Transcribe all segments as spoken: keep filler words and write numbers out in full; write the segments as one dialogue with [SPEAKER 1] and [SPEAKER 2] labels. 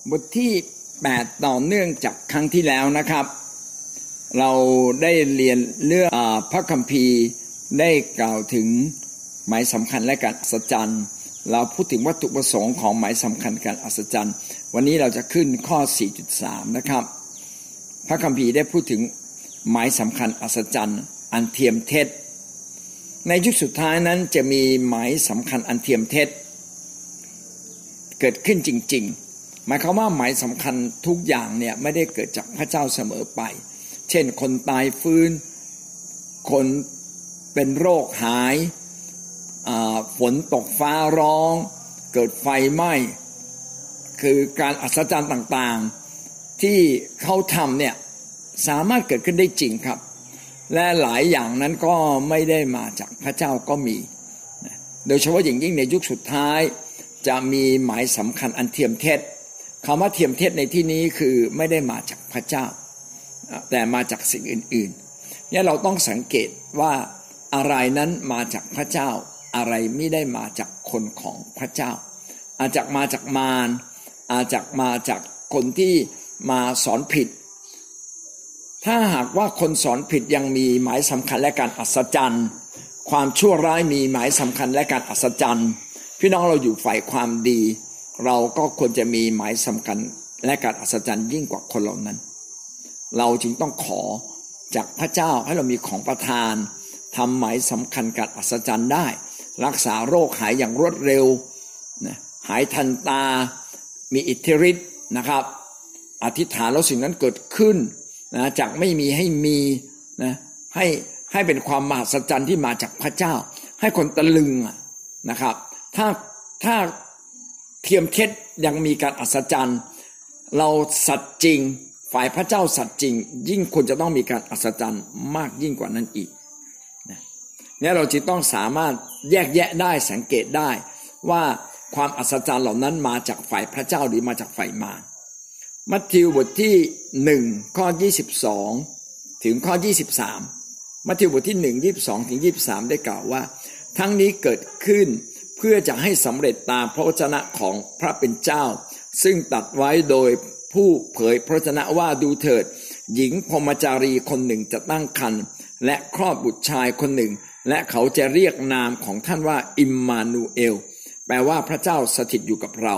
[SPEAKER 1] บทที่แปดต่อเนื่องจากครั้งที่แล้วนะครับเราได้เรียนเรื่องพระคัมภีร์ได้กล่าวถึงหมายสำคัญและการอัศจรรย์เราพูดถึงวัตถุประสงค์ของหมายสำคัญการอัศจรรย์วันนี้เราจะขึ้นข้อ สี่จุดสาม นะครับพระคัมภีร์ได้พูดถึงหมายสำคัญอัศจรรย์อันเทียมเท็จในยุคสุดท้ายนั้นจะมีหมายสำคัญอันเทียมเท็จเกิดขึ้นจริงๆหมายความว่าหมายสำคัญทุกอย่างเนี่ยไม่ได้เกิดจากพระเจ้าเสมอไปเช่นคนตายฟื้นคนเป็นโรคหายฝนตกฟ้าร้องเกิดไฟไหม้คือการอัศจรรย์ต่างๆที่เขาทำเนี่ยสามารถเกิดขึ้นได้จริงครับและหลายอย่างนั้นก็ไม่ได้มาจากพระเจ้าก็มีโดยเฉพาะอย่างยิ่งในยุคสุดท้ายจะมีหมายสำคัญอันเทียมเท็จคำว่าเทียมเท็จในที่นี้คือไม่ได้มาจากพระเจ้าแต่มาจากสิ่งอื่นๆเนี่ยเราต้องสังเกตว่าอะไรนั้นมาจากพระเจ้าอะไรไม่ได้มาจากคนของพระเจ้าอาจจะมาจากมารอาจจะมาจากคนที่มาสอนผิดถ้าหากว่าคนสอนผิดยังมีหมายสำคัญและการอัศจรรย์ความชั่วร้ายมีหมายสำคัญและการอัศจรรย์พี่น้องเราอยู่ฝ่ายความดีเราก็ควรจะมีหมายสำคัญและการอัศจรรย์ยิ่งกว่าคนเหล่านั้นเราจึงต้องขอจากพระเจ้าให้เรามีของประทานทำหมายสำคัญการอัศจรรย์ได้รักษาโรคหายอย่างรวดเร็วนะหายทันตามีอิทธิฤทธิ์นะครับอธิษฐานแล้วสิ่งนั้นเกิดขึ้นนะจากไม่มีให้มีนะให้ให้เป็นความมหัศจรรย์ที่มาจากพระเจ้าให้คนตะลึงนะครับถ้าถ้าเทียมเท็จยังมีการอัศจรรย์เราสัตย์จริงฝ่ายพระเจ้าสัตย์จริงยิ่งควรจะต้องมีการอัศจรรย์มากยิ่งกว่านั้นอีกเนี่ยเราจึงต้องสามารถแยกแยะได้สังเกตได้ว่าความอัศจรรย์เหล่านั้นมาจากฝ่ายพระเจ้าหรือมาจากฝ่ายมารมัทธิวบทที่หนึ่งข้อยี่สิบสองถึงข้อยี่สิบสามมัทธิวบทที่หนึ่ง ยี่สิบสองถึงยี่สิบสามได้กล่าวว่าทั้งนี้เกิดขึ้นเพื่อจะให้สำเร็จตามพระวจนะของพระเป็นเจ้าซึ่งตรัสไว้โดยผู้เผยพระวจนะว่าดูเถิดหญิงพรหมจารีคนหนึ่งจะตั้งครรภ์และคลอดบุตรชายคนหนึ่งและเขาจะเรียกนามของท่านว่าอิมมานูเอลแปลว่าพระเจ้าสถิตอยู่กับเรา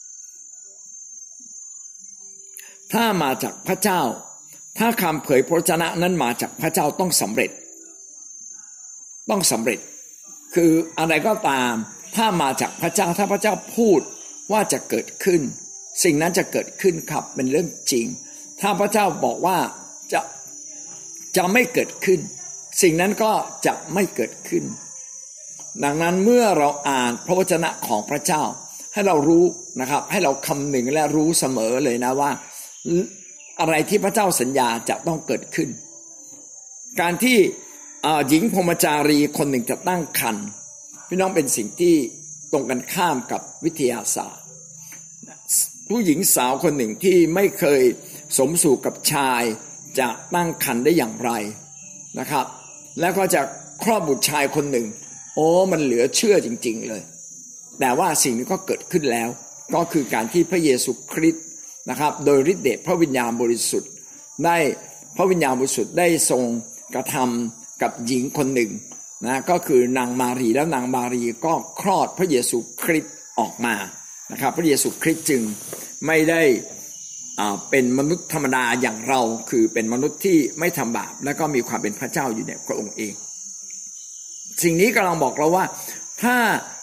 [SPEAKER 1] ถ้ามาจากพระเจ้าถ้าคำเผยพระวจนะนั้นมาจากพระเจ้าต้องสำเร็จต้องสำเร็จคืออะไรก็ตามถ้ามาจากพระเจ้าถ้าพระเจ้าพูดว่าจะเกิดขึ้นสิ่งนั้นจะเกิดขึ้นครับเป็นเรื่องจริงถ้าพระเจ้าบอกว่าจะจะไม่เกิดขึ้นสิ่งนั้นก็จะไม่เกิดขึ้นดังนั้นเมื่อเราอ่านพระวจนะของพระเจ้าให้เรารู้นะครับให้เราคำนึงและรู้เสมอเลยนะว่าอะไรที่พระเจ้าสัญญาจะต้องเกิดขึ้นการที่หญิงพรหมจารีคนหนึ่งจะตั้งครรภ์พี่น้องเป็นสิ่งที่ตรงกันข้ามกับวิทยาศาสตร์ผู้หญิงสาวคนหนึ่งที่ไม่เคยสมสู่กับชายจะตั้งครรภ์ได้อย่างไรนะครับแล้วก็จะคลอดบุตรชายคนหนึ่งโอ้มันเหลือเชื่อจริงๆเลยแต่ว่าสิ่งนี้ก็เกิดขึ้นแล้วก็คือการที่พระเยซูคริสต์นะครับโดยฤทธิ์เดชพระวิญญาณบริสุทธิ์ได้พระวิญญาณบริสุทธิ์ได้ทรงกระทำกับหญิงคนหนึ่งนะก็คือนางมารีแล้วนางมารีก็คลอดพระเยซูคริสต์ออกมานะครับพระเยซูคริสต์จึงไม่ได้เป็นมนุษย์ธรรมดาอย่างเราคือเป็นมนุษย์ที่ไม่ทำบาปและก็มีความเป็นพระเจ้าอยู่ในพระองค์เองสิ่งนี้กำลังบอกเราว่าถ้า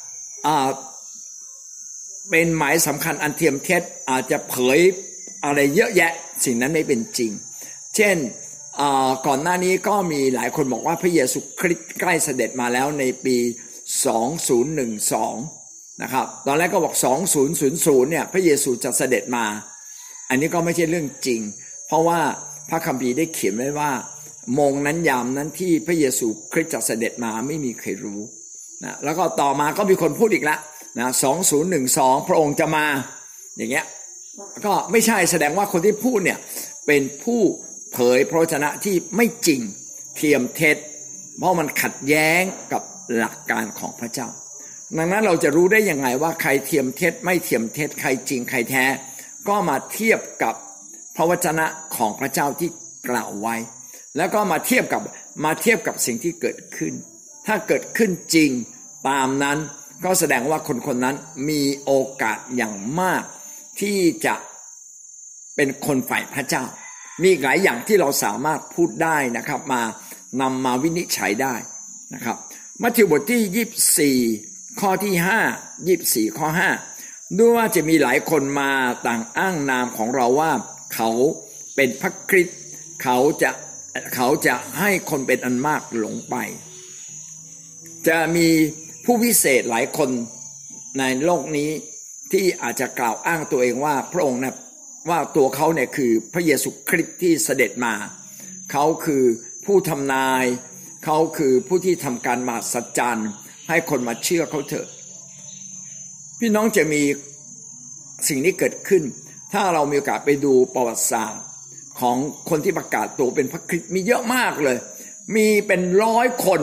[SPEAKER 1] เป็นหมายสำคัญอันเทียมเท็จอาจจะเผยอะไรเยอะแยะสิ่งนั้นไม่เป็นจริงเช่นก่อนหน้านี้ก็มีหลายคนบอกว่าพระเยซูคริสต์ใกล้เสด็จมาแล้วในปีสองพันสิบสองนะครับตอนแรกก็บอกสองพันเนี่ยพระเยซูจะเสด็จมาอันนี้ก็ไม่ใช่เรื่องจริงเพราะว่าพระคัมภีร์ได้เขียนไว้ว่าโมงนั้นยามนั้นที่พระเยซูคริสต์จะเสด็จมาไม่มีใครรู้นะแล้วก็ต่อมาก็มีคนพูดอีกแล้วนะสองพันสิบสองพระองค์จะมาอย่างเงี้ยก็ไม่ใช่แสดงว่าคนที่พูดเนี่ยเป็นผู้เผยพระวจนะที่ไม่จริงเทียมเท็จเพราะมันขัดแย้งกับหลักการของพระเจ้าดังนั้นเราจะรู้ได้ยังไงว่าใครเทียมเท็จไม่เทียมเท็จใครจริงใครแท้ก็มาเทียบกับพระวจนะของพระเจ้าที่กล่าวไว้แล้วก็มาเทียบกับมาเทียบกับสิ่งที่เกิดขึ้นถ้าเกิดขึ้นจริงตามนั้นก็แสดงว่าคนคนนั้นมีโอกาสอย่างมากที่จะเป็นคนฝ่ายพระเจ้ามีหลายอย่างที่เราสามารถพูดได้นะครับมานำมาวินิจฉัยได้นะครับมัทธิวบทที่ยี่สิบสี่ข้อที่ห้า ยี่สิบสี่ข้อห้าด้วยว่าจะมีหลายคนมาต่างอ้างนามของเราว่าเขาเป็นพระคริสต์เขาจะเขาจะให้คนเป็นอันมากหลงไปจะมีผู้วิเศษหลายคนในโลกนี้ที่อาจจะกล่าวอ้างตัวเองว่าพระองค์นะว่าตัวเขาเนี่ยคือพระเยซูคริสต์ที่เสด็จมาเขาคือผู้ทำนายเขาคือผู้ที่ทำการมหัศจรรย์ให้คนมาเชื่อเขาเถอะพี่น้องจะมีสิ่งนี้เกิดขึ้นถ้าเรามีโอกาสไปดูประวัติศาสตร์ของคนที่ประกาศตัวเป็นพระคริสต์มีเยอะมากเลยมีเป็นร้อยคน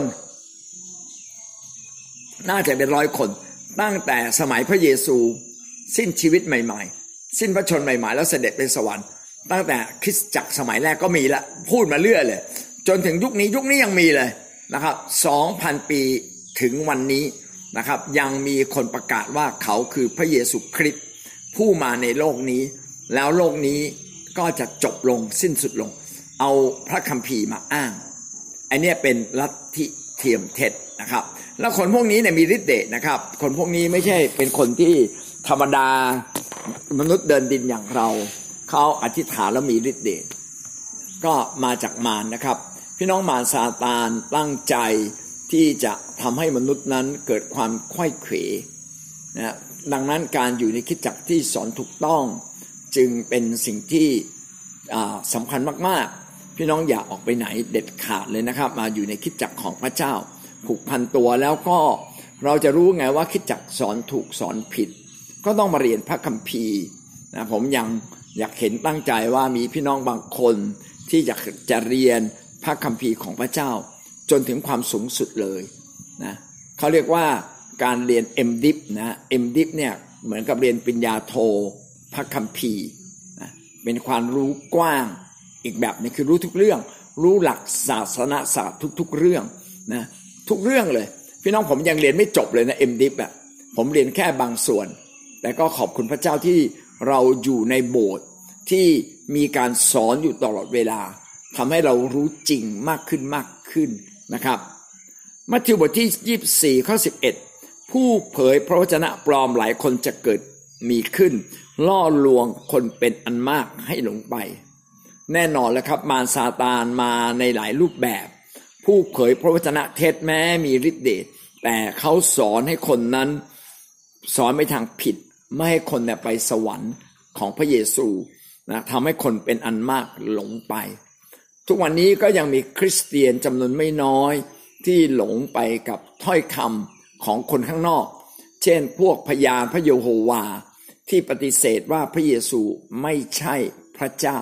[SPEAKER 1] น่าจะเป็นร้อยคนตั้งแต่สมัยพระเยซูสิ้นชีวิตใหม่ๆสิ้นพระชนม์ใหม่ๆแล้วเสด็จไปสวรรค์ตั้งแต่คริสตจักรสมัยแรกก็มีละพูดมาเรื่อยเลยจนถึงยุคนี้ยุคนี้ยังมีเลยนะครับ สองพัน ปีถึงวันนี้นะครับยังมีคนประกาศว่าเขาคือพระเยซูคริสต์ผู้มาในโลกนี้แล้วโลกนี้ก็จะจบลงสิ้นสุดลงเอาพระคัมภีร์มาอ้างไอ้นี่เป็นลัทธิเทียมเท็จนะครับแล้วคนพวกนี้เนี่ยมีฤทธิ์เดชนะครับคนพวกนี้ไม่ใช่เป็นคนที่ธรรมดามนุษย์เดินดินอย่างเราเขาอธิษฐานแล้วมีฤทธิ์เดชก็มาจากมารนะครับพี่น้องมารซาตานตั้งใจที่จะทำให้มนุษย์นั้นเกิดความไขว้เขวนะดังนั้นการอยู่ในคริสตจักรที่สอนถูกต้องจึงเป็นสิ่งที่สำคัญมากๆพี่น้องอย่าออกไปไหนเด็ดขาดเลยนะครับมาอยู่ในคริสตจักรของพระเจ้าผูกพันตัวแล้วก็เราจะรู้ไงว่าคริสตจักรสอนถูกสอนผิดก็ต้องมาเรียนพระคัมภีร์นะผมยังอยากเห็นตั้งใจว่ามีพี่น้องบางคนที่จะจะเรียนพระคัมภีร์ของพระเจ้าจนถึงความสูงสุดเลยนะเขาเรียกว่าการเรียน เอ็ม ดิป นะ เอ็ม ดิป เนี่ยเหมือนกับเรียนปริญญาโทพระคัมภีร์นะเป็นความรู้กว้างอีกแบบนึงคือรู้ทุกเรื่องรู้หลักศาสนศาสตร์ทุกๆเรื่องนะทุกเรื่องเลยพี่น้องผมยังเรียนไม่จบเลยนะ เอ็ม ดิป อ่ะผมเรียนแค่บางส่วนแต่ก็ขอบคุณพระเจ้าที่เราอยู่ในโบสถ์ที่มีการสอนอยู่ตลอดเวลาทำให้เรารู้จริงมากขึ้นมากขึ้นนะครับมัทธิวบทที่ยี่สิบสี่ข้อสิบเอ็ดผู้เผยพระวจนะปลอมหลายคนจะเกิดมีขึ้นล่อลวงคนเป็นอันมากให้หลงไปแน่นอนแล้วครับมารซาตานมาในหลายรูปแบบผู้เผยพระวจนะเท็จแม้มีฤทธิ์เดชแต่เขาสอนให้คนนั้นสอนไปทางผิดไม่ให้คนเนี่ยไปสวรรค์ของพระเยซูนะทำให้คนเป็นอันมากหลงไปทุกวันนี้ก็ยังมีคริสเตียนจำนวนไม่น้อยที่หลงไปกับถ้อยคำของคนข้างนอกเช่นพวกพยานพระเยโฮวาที่ปฏิเสธว่าพระเยซูไม่ใช่พระเจ้า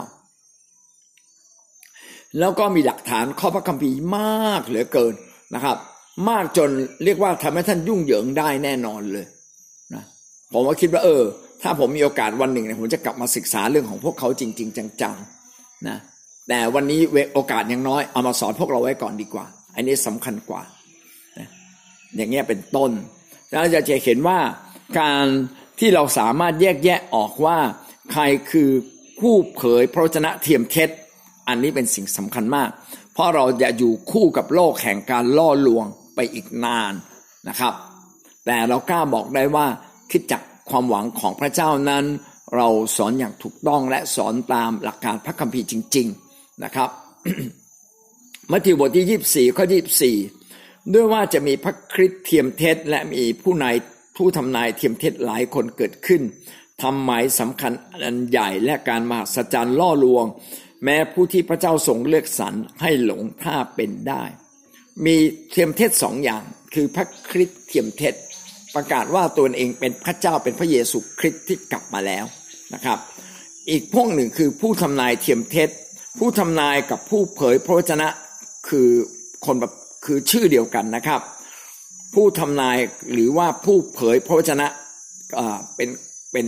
[SPEAKER 1] แล้วก็มีหลักฐานข้อพระคัมภีร์มากเหลือเกินนะครับมากจนเรียกว่าทำให้ท่านยุ่งเหยิงได้แน่นอนเลยนะผมก็คิดว่าเออถ้าผมมีโอกาสวันหนึ่งเนี่ยผมจะกลับมาศึกษาเรื่องของพวกเขาจริงๆจังๆนะแต่วันนี้โอกาสยังน้อยเอามาสอนพวกเราไว้ก่อนดีกว่าอันนี้สำคัญกว่านะอย่างเงี้ยเป็นต้นแล้วเราจะเห็นว่าการที่เราสามารถแยกแยะออกว่าใครคือผู้เผยพระวจนะเทียมเท็จอันนี้เป็นสิ่งสำคัญมากเพราะเราจะอยู่คู่กับโลกแห่งการล่อลวงไปอีกนานนะครับแต่เรากล้าบอกได้ว่าคริสตจักรความหวังของพระเจ้านั้นเราสอนอย่างถูกต้องและสอนตามหลักการพระคัมภีร์จริงๆนะครับ มัทธิวบทที่ยี่สิบสี่ข้อยี่สิบสี่ด้วยว่าจะมีพระคริสต์เทียมเท็จและมีผู้นายผู้ทำนายเทียมเท็จหลายคนเกิดขึ้นทำหมายสำคัญอันใหญ่และการมหัศจรรย์ล่อลวงแม้ผู้ที่พระเจ้าทรงเลือกสรรให้หลงถ้าเป็นได้มีเทียมเท็จสองอย่างคือพระคริสต์เทียมเท็จประกาศว่าตัวเองเป็นพระเจ้าเป็นพระเยซูคริสต์ที่กลับมาแล้วนะครับอีกพวกหนึ่งคือผู้ทำนายเทียมเท็จผู้ทำนายกับผู้เผยพระวจนะคือคนแบบคือชื่อเดียวกันนะครับผู้ทำนายหรือว่าผู้เผยพระวจนะเป็นเป็น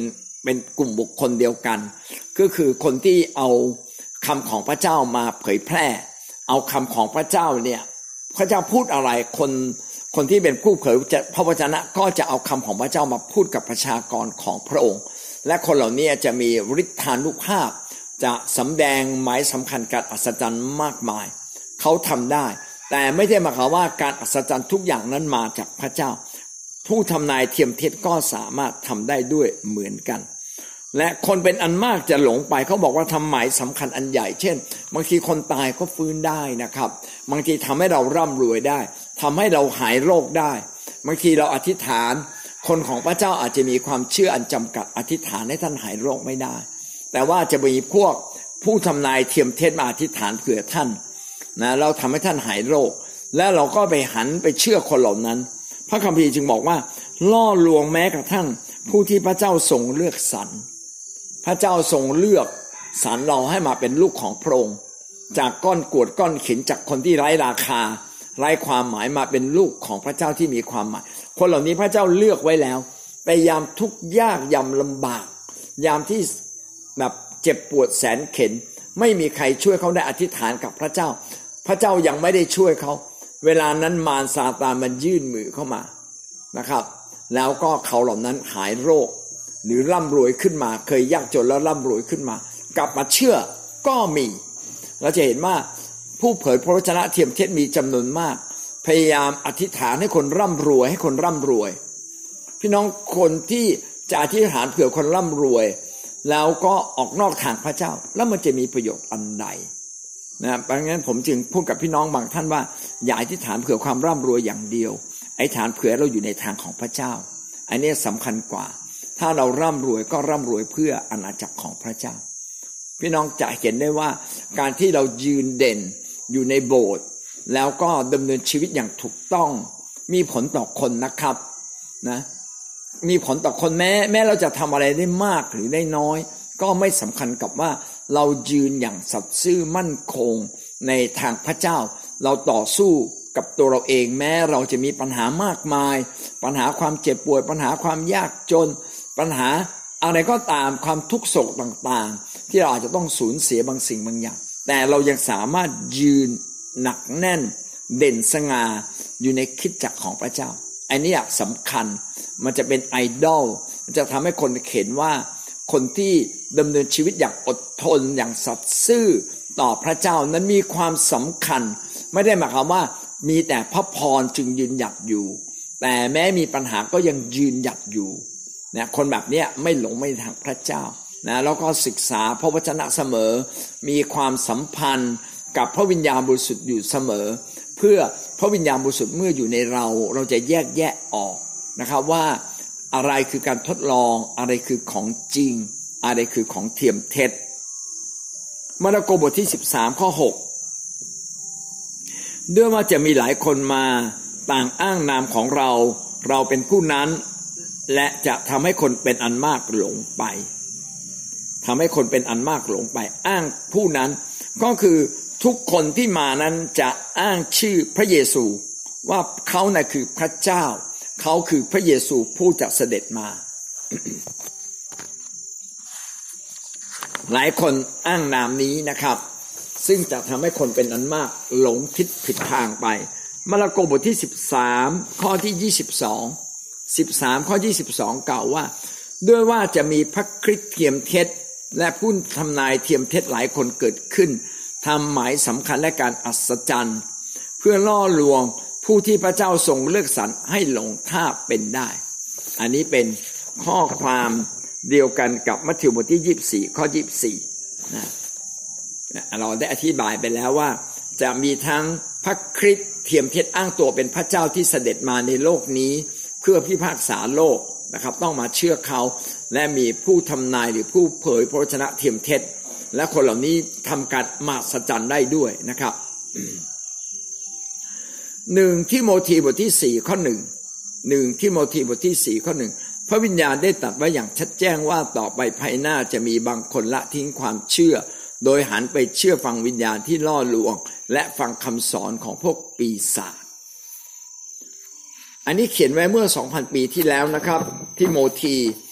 [SPEAKER 1] เป็นกลุ่มบุคคลเดียวกันก็คือคนที่เอาคำของพระเจ้ามาเผยแพร่เอาคำของพระเจ้าเนี่ยพระเจ้าพูดอะไรคนคนที่เป็นผู้เผยพระวจนะก็จะเอาคำของพระเจ้ามาพูดกับประชากรของพระองค์และคนเหล่านี้จะมีฤทธานุภาพจะสำแดงหมายสำคัญการอัศจรรย์มากมายเขาทำได้แต่ไม่ได้หมายความว่าการอัศจรรย์ทุกอย่างนั้นมาจากพระเจ้าผู้ทำนายเทียมเท็จก็สามารถทำได้ด้วยเหมือนกันและคนเป็นอันมากจะหลงไปเขาบอกว่าทำหมายสำคัญอันใหญ่เช่นบางทีคนตายก็ฟื้นได้นะครับบางทีทำให้เราร่ำรวยได้ทำให้เราหายโรคได้บางทีเราอธิษฐานคนของพระเจ้าอาจจะมีความเชื่ออันจำกัดอธิษฐานให้ท่านหายโรคไม่ได้แต่ว่าจะมีพวกผู้ทำนายเทียมเท็จมาอธิษฐานเผื่อท่านนะเราทำให้ท่านหายโรคและเราก็ไปหันไปเชื่อคนเหล่านั้นพระคัมภีร์จึงบอกว่าล่อลวงแม้กระทั่งผู้ที่พระเจ้าทรงเลือกสรรพระเจ้าทรงเลือกสรรเราให้มาเป็นลูกของพระองค์จากก้อนกรวดก้อนเข็ญจากคนที่ไร้ราคาไร้ความหมายมาเป็นลูกของพระเจ้าที่มีความหมายคนเหล่านี้พระเจ้าเลือกไว้แล้วในยามทุกข์ยากยามลำบากยามที่แบบเจ็บปวดแสนเข็ญไม่มีใครช่วยเขาได้อธิษฐานกับพระเจ้าพระเจ้ายังไม่ได้ช่วยเขาเวลานั้นมารซาตานมันยื่นมือเข้ามานะครับแล้วก็เขาเหล่านั้นหายโรคหรือร่ำรวยขึ้นมาเคยยากจนแล้วร่ำรวยขึ้นมากลับมาเชื่อก็มีเราจะเห็นว่าผู้เผยพระวจนะเทียมเท็จมีจำนวนมากพยายามอธิษฐานให้คนร่ำรวยให้คนร่ำรวยพี่น้องคนที่จะอธิษฐานเผื่อคนร่ำรวยแล้วก็ออกนอกทางพระเจ้าแล้วมันจะมีประโยชน์อันใดนะเพราะงั้นผมจึงพูดกับพี่น้องบางท่านว่าอย่าอธิษฐานเผื่อความร่ำรวยอย่างเดียวอธิษฐานเผื่อเราอยู่ในทางของพระเจ้าอันนี้สำคัญกว่าถ้าเราร่ำรวยก็ร่ำรวยเพื่ออาณาจักรของพระเจ้าพี่น้องจะเห็นได้ว่าการที่เรายืนเด่นอยู่ในโบสถ์แล้วก็ดำเนินชีวิตอย่างถูกต้องมีผลต่อคนนะครับนะมีผลต่อคนแม้แม้เราจะทำอะไรได้มากหรือได้น้อยก็ไม่สำคัญกับว่าเรายืนอย่างสัตย์ซื่อมั่นคงในทางพระเจ้าเราต่อสู้กับตัวเราเองแม้เราจะมีปัญหามากมายปัญหาความเจ็บป่วยปัญหาความยากจนปัญหาอะไรก็ตามความทุกข์โศกต่างๆที่เราอาจจะต้องสูญเสียบางสิ่งบางอย่างแต่เรายังสามารถยืนหนักแน่นเด่นสง่าอยู่ในคริสตจักรของพระเจ้าอันนี้สำคัญมันจะเป็นไอดอลมันจะทำให้คนเห็นว่าคนที่ดำเนินชีวิตอย่างอดทนอย่างสัตย์ซื่อต่อพระเจ้านั้นมีความสำคัญไม่ได้หมายความว่ามีแต่พระพรจึงยืนหยัดอยู่แต่แม้มีปัญหาก็ยังยืนหยัดอยู่นะคนแบบนี้ไม่หลงไม่ทางพระเจ้านะแล้วก็ศึกษาพระวจนะเสมอมีความสัมพันธ์กับพระวิญญาณบริสุทธิ์อยู่เสมอเพื่อพระวิญญาณบริสุทธิ์เมื่ออยู่ในเราเราจะแยกแยะออกนะครับว่าอะไรคือการทดลองอะไรคือของจริงอะไรคือของเทียมเท็จมาระโกบทที่สิบสามข้อหกด้วยว่าจะมีหลายคนมาต่างอ้างนามของเราเราเป็นผู้นั้นและจะทำให้คนเป็นอันมากหลงไปทำให้คนเป็นอันมากหลงไปอ้างผู้นั้นก็คือทุกคนที่มานั้นจะอ้างชื่อพระเยซูว่าเขาน่ะคือพระเจ้าเขาคือพระเยซูผู้จะเสด็จมา หลายคนอ้างนามนี้นะครับซึ่งจะทำให้คนเป็นอันมากหลงทิศผิดทางไปมาระโกบทที่สิบสามข้อที่ยี่สิบสอง สิบสามข้อยี่สิบสองกล่าวว่าด้วยว่าจะมีพระคริสต์เทียมเท็จและผู้ทำนายเทียมเท็จหลายคนเกิดขึ้นทำหมายสำคัญและการอัศจรรย์เพื่อล่อลวงผู้ที่พระเจ้าทรงเลือกสรรให้หลงท่าเป็นได้อันนี้เป็นข้อความเดียวกันกับมัทธิวบทที่ยี่สิบสี่ข้อยี่สิบสี่นะเราได้อธิบายไปแล้วว่าจะมีทั้งพระคริสต์เทียมเท็จอ้างตัวเป็นพระเจ้าที่เสด็จมาในโลกนี้เพื่อพิพากษาโลกนะครับต้องมาเชื่อเขาและมีผู้ทำนายหรือผู้เผยพระวจนะเทียมเท็จและคนเหล่านี้ทำการมหัศจรรย์ได้ด้วยนะครับ หนึ่งทิโมธีบทที่สี่ข้อหนึ่งหนึ่งทิโมธีบทที่สี่ข้อหนึ่งพระวิญญาณได้ตรัสไว้อย่างชัดแจ้งว่าต่อไปภายหน้าจะมีบางคนละทิ้งความเชื่อโดยหันไปเชื่อฟังวิญญาณที่ล่อลวงและฟังคำสอนของพวกปีศาจอันนี้เขียนไว้เมื่อ สองพัน ปีที่แล้วนะครับทิโมธี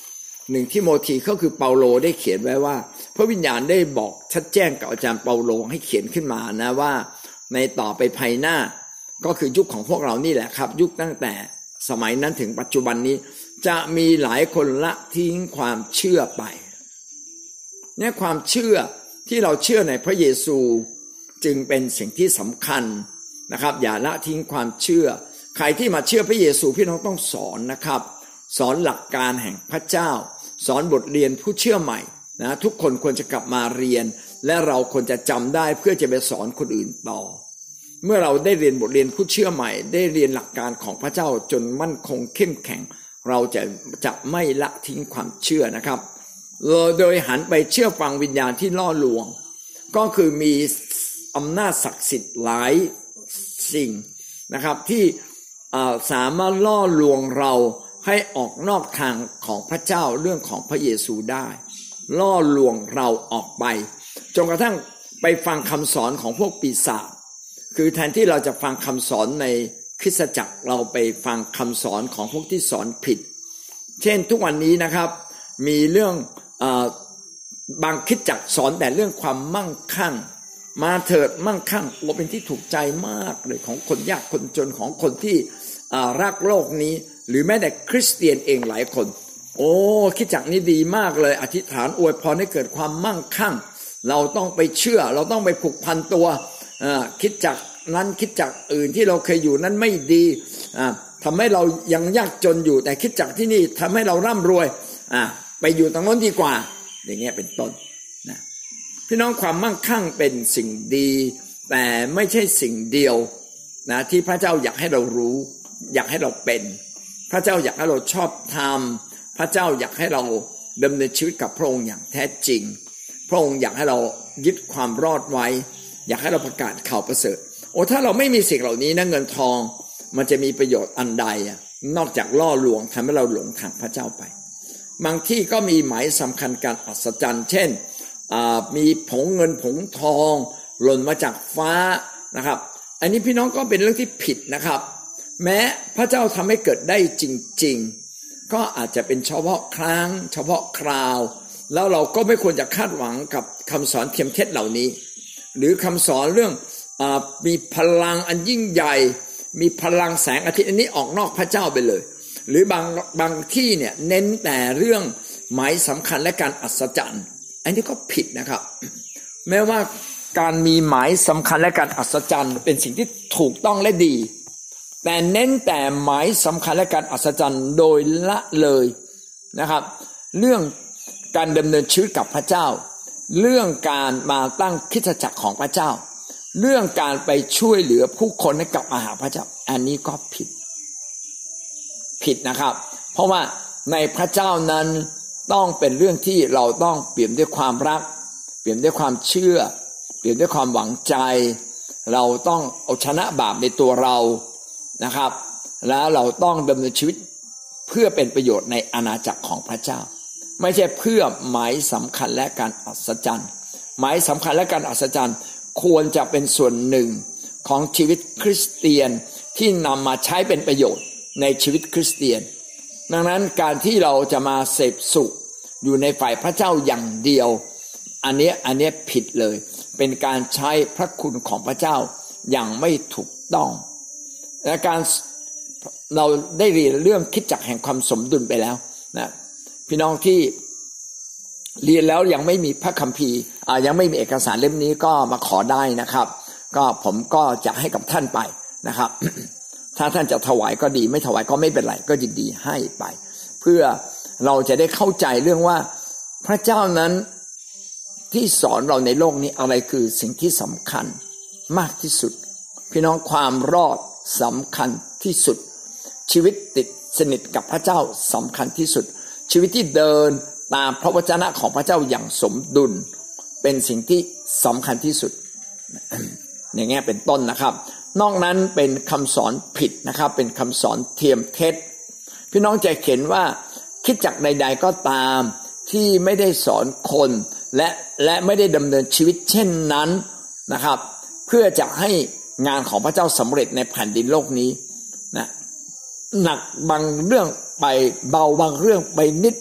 [SPEAKER 1] หนึ่งทิโมธีก็คือเปาโลได้เขียนไว้ว่าพระวิญญาณได้บอกชัดแจ้งกับอาจารย์เปาโลให้เขียนขึ้นมานะว่าในต่อไปภายหน้าก็คือยุคของพวกเรานี่แหละครับยุคตั้งแต่สมัยนั้นถึงปัจจุบันนี้จะมีหลายคนละทิ้งความเชื่อไปเนี่ยความเชื่อที่เราเชื่อในพระเยซูจึงเป็นสิ่งที่สำคัญนะครับอย่าละทิ้งความเชื่อใครที่มาเชื่อพระเยซูพี่น้องต้องสอนนะครับสอนหลักการแห่งพระเจ้าสอนบทเรียนผู้เชื่อใหม่นะทุกคนควรจะกลับมาเรียนและเราควรจะจำได้เพื่อจะไปสอนคนอื่นต่อเมื่อเราได้เรียนบทเรียนผู้เชื่อใหม่ได้เรียนหลักการของพระเจ้าจนมั่นคงเข้มแข็งเราจะจะไม่ละทิ้งความเชื่อนะครับโดยหันไปเชื่อฟังวิญญาณที่ล่อลวงก็คือมีอำนาจศักดิ์สิทธิ์หลายสิ่งนะครับที่สามารถล่อลวงเราให้ออกนอกทางของพระเจ้าเรื่องของพระเยซูได้ล่อลวงเราออกไปจนกระทั่งไปฟังคำสอนของพวกปีศาจคือแทนที่เราจะฟังคำสอนในคริสตจักรเราไปฟังคำสอนของพวกที่สอนผิดเช่นทุกวันนี้นะครับมีเรื่องเอ่อบางคริสตจักรสอนแต่เรื่องความมั่งคั่งมาเถิดมั่งคั่งโอ้เป็นที่ถูกใจมากเลยของคนยากคนจนของคนที่รักโลกนี้หรือแม้แต่คริสเตียนเองหลายคนโอ้คริสตจักรนี้ดีมากเลยอธิษฐานอวยพรให้เกิดความมั่งคั่งเราต้องไปเชื่อเราต้องไปผูกพันตัวคริสตจักรนั้นคริสตจักรอื่นที่เราเคยอยู่นั้นไม่ดีทำให้เรายังยากจนอยู่แต่คริสตจักรที่นี่ทำให้เราร่ำรวยไปอยู่ตรงนั้นดีกว่าอย่างเงี้ยเป็นต้นนะพี่น้องความมั่งคั่งเป็นสิ่งดีแต่ไม่ใช่สิ่งเดียวนะที่พระเจ้าอยากให้เรารู้อยากให้เราเป็นพระเจ้าอยากให้เราชอบธรรมพระเจ้าอยากให้เราดำเนินชีวิตกับพระองค์อย่างแท้จริงพระองค์อยากให้เรายึดความรอดไว้อยากให้เราประกาศข่าวประเสริฐโอ้ถ้าเราไม่มีสิ่งเหล่านี้นะเงินทองมันจะมีประโยชน์อันใดอ่ะนอกจากล่อลวงทำให้เราหลงทางพระเจ้าไปบางที่ก็มีหมายสำคัญการอัศจรรย์เช่นมีผงเงินผงทองหล่นมาจากฟ้านะครับอันนี้พี่น้องก็เป็นเรื่องที่ผิดนะครับแม้พระเจ้าทำให้เกิดได้จริงๆก็อาจจะเป็นเฉพาะครั้งเฉพาะคราวแล้วเราก็ไม่ควรจะคาดหวังกับคำสอนเทียมเท็จเหล่านี้หรือคำสอนเรื่องอมีพลังอันยิ่งใหญ่มีพลังแสงอาทิตย์อันนี้ออกนอกพระเจ้าไปเลยหรือบางบางที่เนี่ยเน้นแต่เรื่องหมายสำคัญและการอัศจรรย์อันนี้ก็ผิดนะครับแม้ว่าการมีหมายสำคัญและการอัศจรรย์เป็นสิ่งที่ถูกต้องและดีแต่เน้นแต่หมายสำคัญและการอัศจรรย์โดยละเลยนะครับเรื่องการดำเนินชีวิตกับพระเจ้าเรื่องการมาตั้งคริสตจักรของพระเจ้าเรื่องการไปช่วยเหลือผู้คนให้กลับมาหาพระเจ้าอันนี้ก็ผิดผิดนะครับเพราะว่าในพระเจ้านั้นต้องเป็นเรื่องที่เราต้องเปลี่ยนด้วยความรักเปลี่ยนด้วยความเชื่อเปลี่ยนด้วยความหวังใจเราต้องเอาชนะบาปในตัวเรานะครับแล้วเราต้องดำเนินชีวิตเพื่อเป็นประโยชน์ในอาณาจักรของพระเจ้าไม่ใช่เพื่อหมายสำคัญและการอัศจรรย์หมายสำคัญและการอัศจรรย์ควรจะเป็นส่วนหนึ่งของชีวิตคริสเตียนที่นำมาใช้เป็นประโยชน์ในชีวิตคริสเตียนดังนั้นการที่เราจะมาเสพสุขอยู่ในฝ่ายพระเจ้าอย่างเดียวอันนี้อันนี้ผิดเลยเป็นการใช้พระคุณของพระเจ้าอย่างไม่ถูกต้องและการเราได้เรียนเรื่องคริสตจักรแห่งความสมดุลไปแล้วนะพี่น้องที่เรียนแล้วยังไม่มีพระคัมภีร์อ่ายังไม่มีเอกสารเล่มนี้ก็มาขอได้นะครับก็ผมก็จะให้กับท่านไปนะครับ ถ้าท่านจะถวายก็ดีไม่ถวายก็ไม่เป็นไรก็ยินดีให้ไปเพื่อเราจะได้เข้าใจเรื่องว่าพระเจ้านั้นที่สอนเราในโลกนี้อะไรคือสิ่งที่สำคัญมากที่สุดพี่น้องความรอดสำคัญที่สุดชีวิตติดสนิทกับพระเจ้าสำคัญที่สุดชีวิตที่เดินตามพระวจนะของพระเจ้าอย่างสมดุลเป็นสิ่งที่สำคัญที่สุดอย่างเงี้ยเป็นต้นนะครับนอกนั้นเป็นคำสอนผิดนะครับเป็นคำสอนเทียมเท็จพี่น้องจะเห็นว่าคริสตจักรใดๆก็ตามที่ไม่ได้สอนคนและและไม่ได้ดำเนินชีวิตเช่นนั้นนะครับเพื่อจะให้งานของพระเจ้าสำเร็จในแผ่นดินโลกนี้นะหนักบางเรื่องไปเบาบางเรื่องไปนิด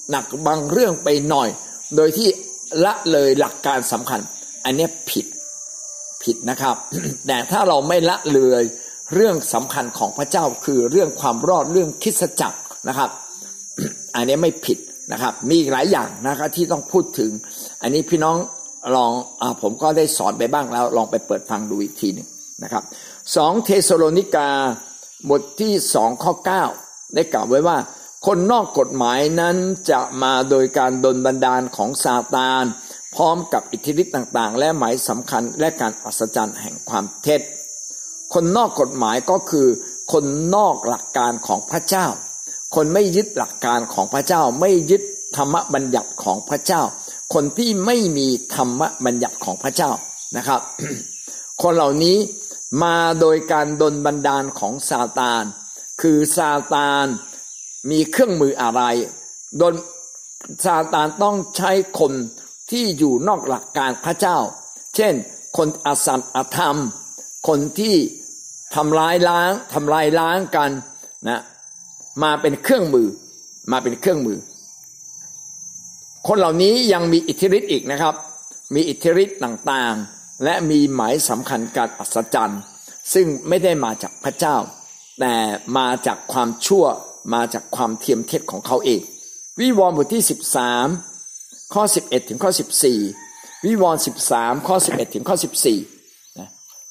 [SPEAKER 1] หนักบางเรื่องไปหน่อยโดยที่ละเลยหลักการสำคัญอันนี้ผิดผิดนะครับ แต่ถ้าเราไม่ละเลยเรื่องสำคัญของพระเจ้าคือเรื่องความรอดเรื่องคริสตจักรนะครับ อันนี้ไม่ผิดนะครับมีอีกหลายอย่างนะครับที่ต้องพูดถึงอันนี้พี่น้องลองอ่าผมก็ได้สอนไปบ้างแล้วลองไปเปิดฟังดูอีกทีหนึ่งนะครับสองเธสโลนิกาบทที่สองข้อเก้าได้กล่าวไว้ว่าคนนอกกฎหมายนั้นจะมาโดยการดลบันดาลของซาตานพร้อมกับอิทธิฤทธิ์ต่างๆและหมายสำคัญและการอัศจรรย์แห่งความเท็จคนนอกกฎหมายก็คือคนนอกหลักการของพระเจ้าคนไม่ยึดหลักการของพระเจ้าไม่ยึดธรรมบัญญัติของพระเจ้าคนที่ไม่มีธรรมบัญญัติของพระเจ้านะครับ คนเหล่านี้มาโดยการดลบันดาลของซาตานคือซาตานมีเครื่องมืออะไรดลซาตานต้องใช้คนที่อยู่นอกหลักการพระเจ้าเช่นคนอสัตย์อธรรมคนที่ทำลายล้างทำลายล้างกันนะมาเป็นเครื่องมือมาเป็นเครื่องมือคนเหล่านี้ยังมีอิทธิฤทธิ์อีกนะครับมีอิทธิฤทธิ์ต่างๆและมีหมายสำคัญการอัศจรรย์ซึ่งไม่ได้มาจากพระเจ้าแต่มาจากความชั่วมาจากความเทียมเท็จของเขาเองวิวรณ์บทที่สิบสามข้อสิบเอ็ดถึงข้อสิบสี่วิวรณ์สิบสามข้อสิบเอ็ดถึงข้อสิบสี่นะ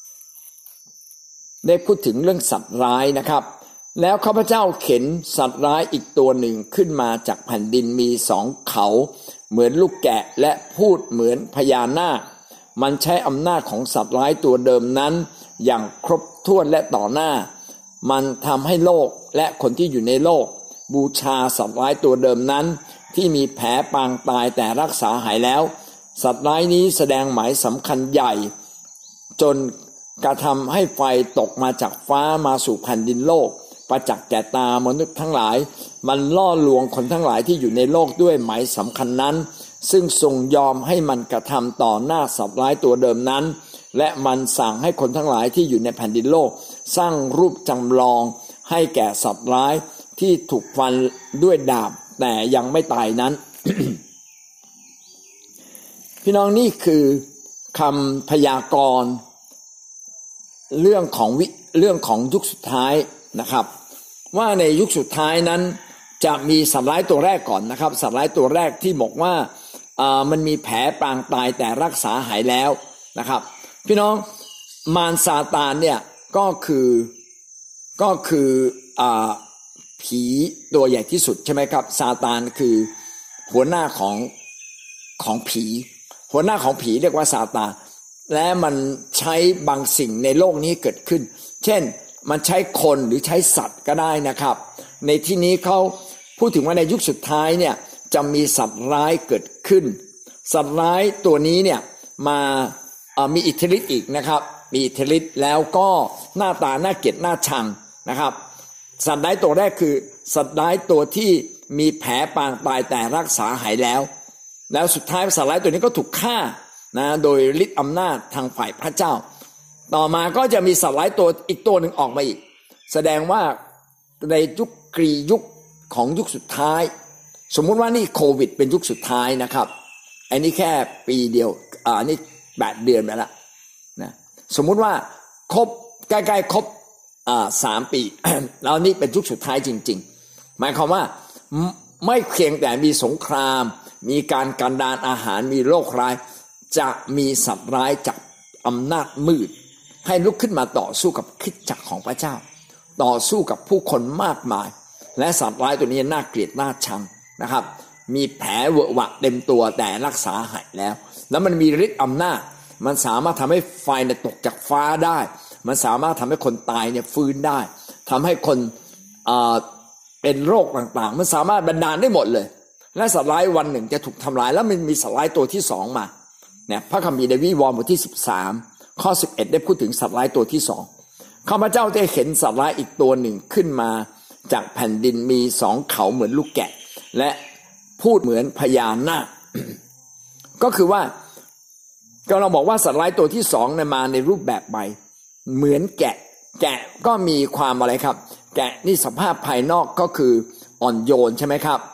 [SPEAKER 1] ได้พูดถึงเรื่องสัตว์ร้ายนะครับแล้วข้าพเจ้าเข็นสัตว์ร้ายอีกตัวหนึ่งขึ้นมาจากแผ่นดินมีสองเขาเหมือนลูกแกะและพูดเหมือนพญานาคมันใช้อำนาจของสัตว์ร้ายตัวเดิมนั้นอย่างครบถ้วนและต่อหน้ามันทำให้โลกและคนที่อยู่ในโลกบูชาสัตว์ร้ายตัวเดิมนั้นที่มีแผลปางตายแต่รักษาหายแล้วสัตว์ร้ายนี้แสดงหมายสำคัญใหญ่จนกระทำให้ไฟตกมาจากฟ้ามาสู่แผ่นดินโลกประจักษ์แก่ตามนุษย์ทั้งหลายมันล่อลวงคนทั้งหลายที่อยู่ในโลกด้วยหมายสำคัญนั้นซึ่งทรงยอมให้มันกระทำต่อหน้าสัตว์ร้ายตัวเดิมนั้นและมันสั่งให้คนทั้งหลายที่อยู่ในแผ่นดินโลกสร้างรูปจำลองให้แก่สัตว์ร้ายที่ถูกฟันด้วยดาบแต่ยังไม่ตายนั้น พี่น้องนี่คือคำพยากรณ์เรื่องของวิเรื่องของยุคสุดท้ายนะครับว่าในยุคสุดท้ายนั้นจะมีสัตว์ร้ายตัวแรกก่อนนะครับสัตว์ร้ายตัวแรกที่บอกว่าอ่ามันมีแผลปางตายแต่รักษาหายแล้วนะครับพี่น้องมารซาตานเนี่ยก็คือก็คืออ่าผีตัวใหญ่ที่สุดใช่ไหมครับซาตานคือหัวหน้าของของผีหัวหน้าของผีเรียกว่าซาตานและมันใช้บางสิ่งในโลกนี้เกิดขึ้นเช่นมันใช้คนหรือใช้สัตว์ก็ได้นะครับในที่นี้เขาพูดถึงว่าในยุคสุดท้ายเนี่ยจะมีสัตว์ร้ายเกิดขึ้นสัตว์ร้ายตัวนี้เนี่ยมามีอิทธิฤทธิ์อีกนะครับมีอิทธิฤทธิ์แล้วก็หน้าตาน่าเกลียดน่าชังนะครับสัตว์ร้ายตัวแรกคือสัตว์ร้ายตัวที่มีแผลปางตายแต่รักษาหายแล้วแล้วสุดท้ายสัตว์ร้ายตัวนี้ก็ถูกฆ่านะโดยฤทธิ์อำนาจทางฝ่ายพระเจ้าต่อมาก็จะมีสัตว์ร้ายตัวอีกตัวหนึ่งออกมาอีกแสดงว่าในยุคกรียุคของยุคสุดท้ายสมมุติว่านี่โควิดเป็นยุคสุดท้ายนะครับอันนี้แค่ปีเดียวอ่านี่แปดเดือนไปแล้วนะสมมุติว่าครบใกล้ๆครบอ่าสามปี แล้วนี่เป็นยุคสุดท้ายจริงๆหมายความว่าไม่เพียงแต่มีสงครามมีการกันดารอาหารมีโรคร้ายจะมีสัตว์ร้ายจากอำนาจมืดให้ลุกขึ้นมาต่อสู้กับคริสตจักรของพระเจ้าต่อสู้กับผู้คนมากมายและสัตว์ร้ายตัวนี้น่าเกลียดน่าชังนะครับมีแผลเวอะหวะเต็มตัวแต่รักษาหายแล้วแล้วมันมีฤทธิ์อำนาจมันสามารถทำให้ไฟเนี่ยตกจากฟ้าได้มันสามารถทำให้คนตายเนี่ยฟื้นได้ทำให้คนเอ่อเป็นโรคต่างๆมันสามารถบันดาลได้หมดเลยและสัตว์ร้ายวันหนึ่งจะถูกทำลายแล้วมันมีสัตว์ร้ายตัวที่สองมาเนี่ยพระคัมภีร์ในวิวรณ์บทที่สิบสามข้อสิบเอ็ดได้พูดถึงสัตว์ร้ายตัวที่สองข้าพเจ้าได้เห็นสัตว์ร้ายอีกตัวหนึ่งขึ้นมาจากแผ่นดินมีสองเขาเหมือนลูกแกะและพูดเหมือนพญานาค ก็คือว่าก็เราบอกว่าสัตว์ร้ายตัวที่สองเนี่ยมาในรูปแบบใบเหมือนแกะแกะก็มีความอะไรครับแกะนี่สภาพภายนอกก็คืออ่อนโยนใช่ไหมครับ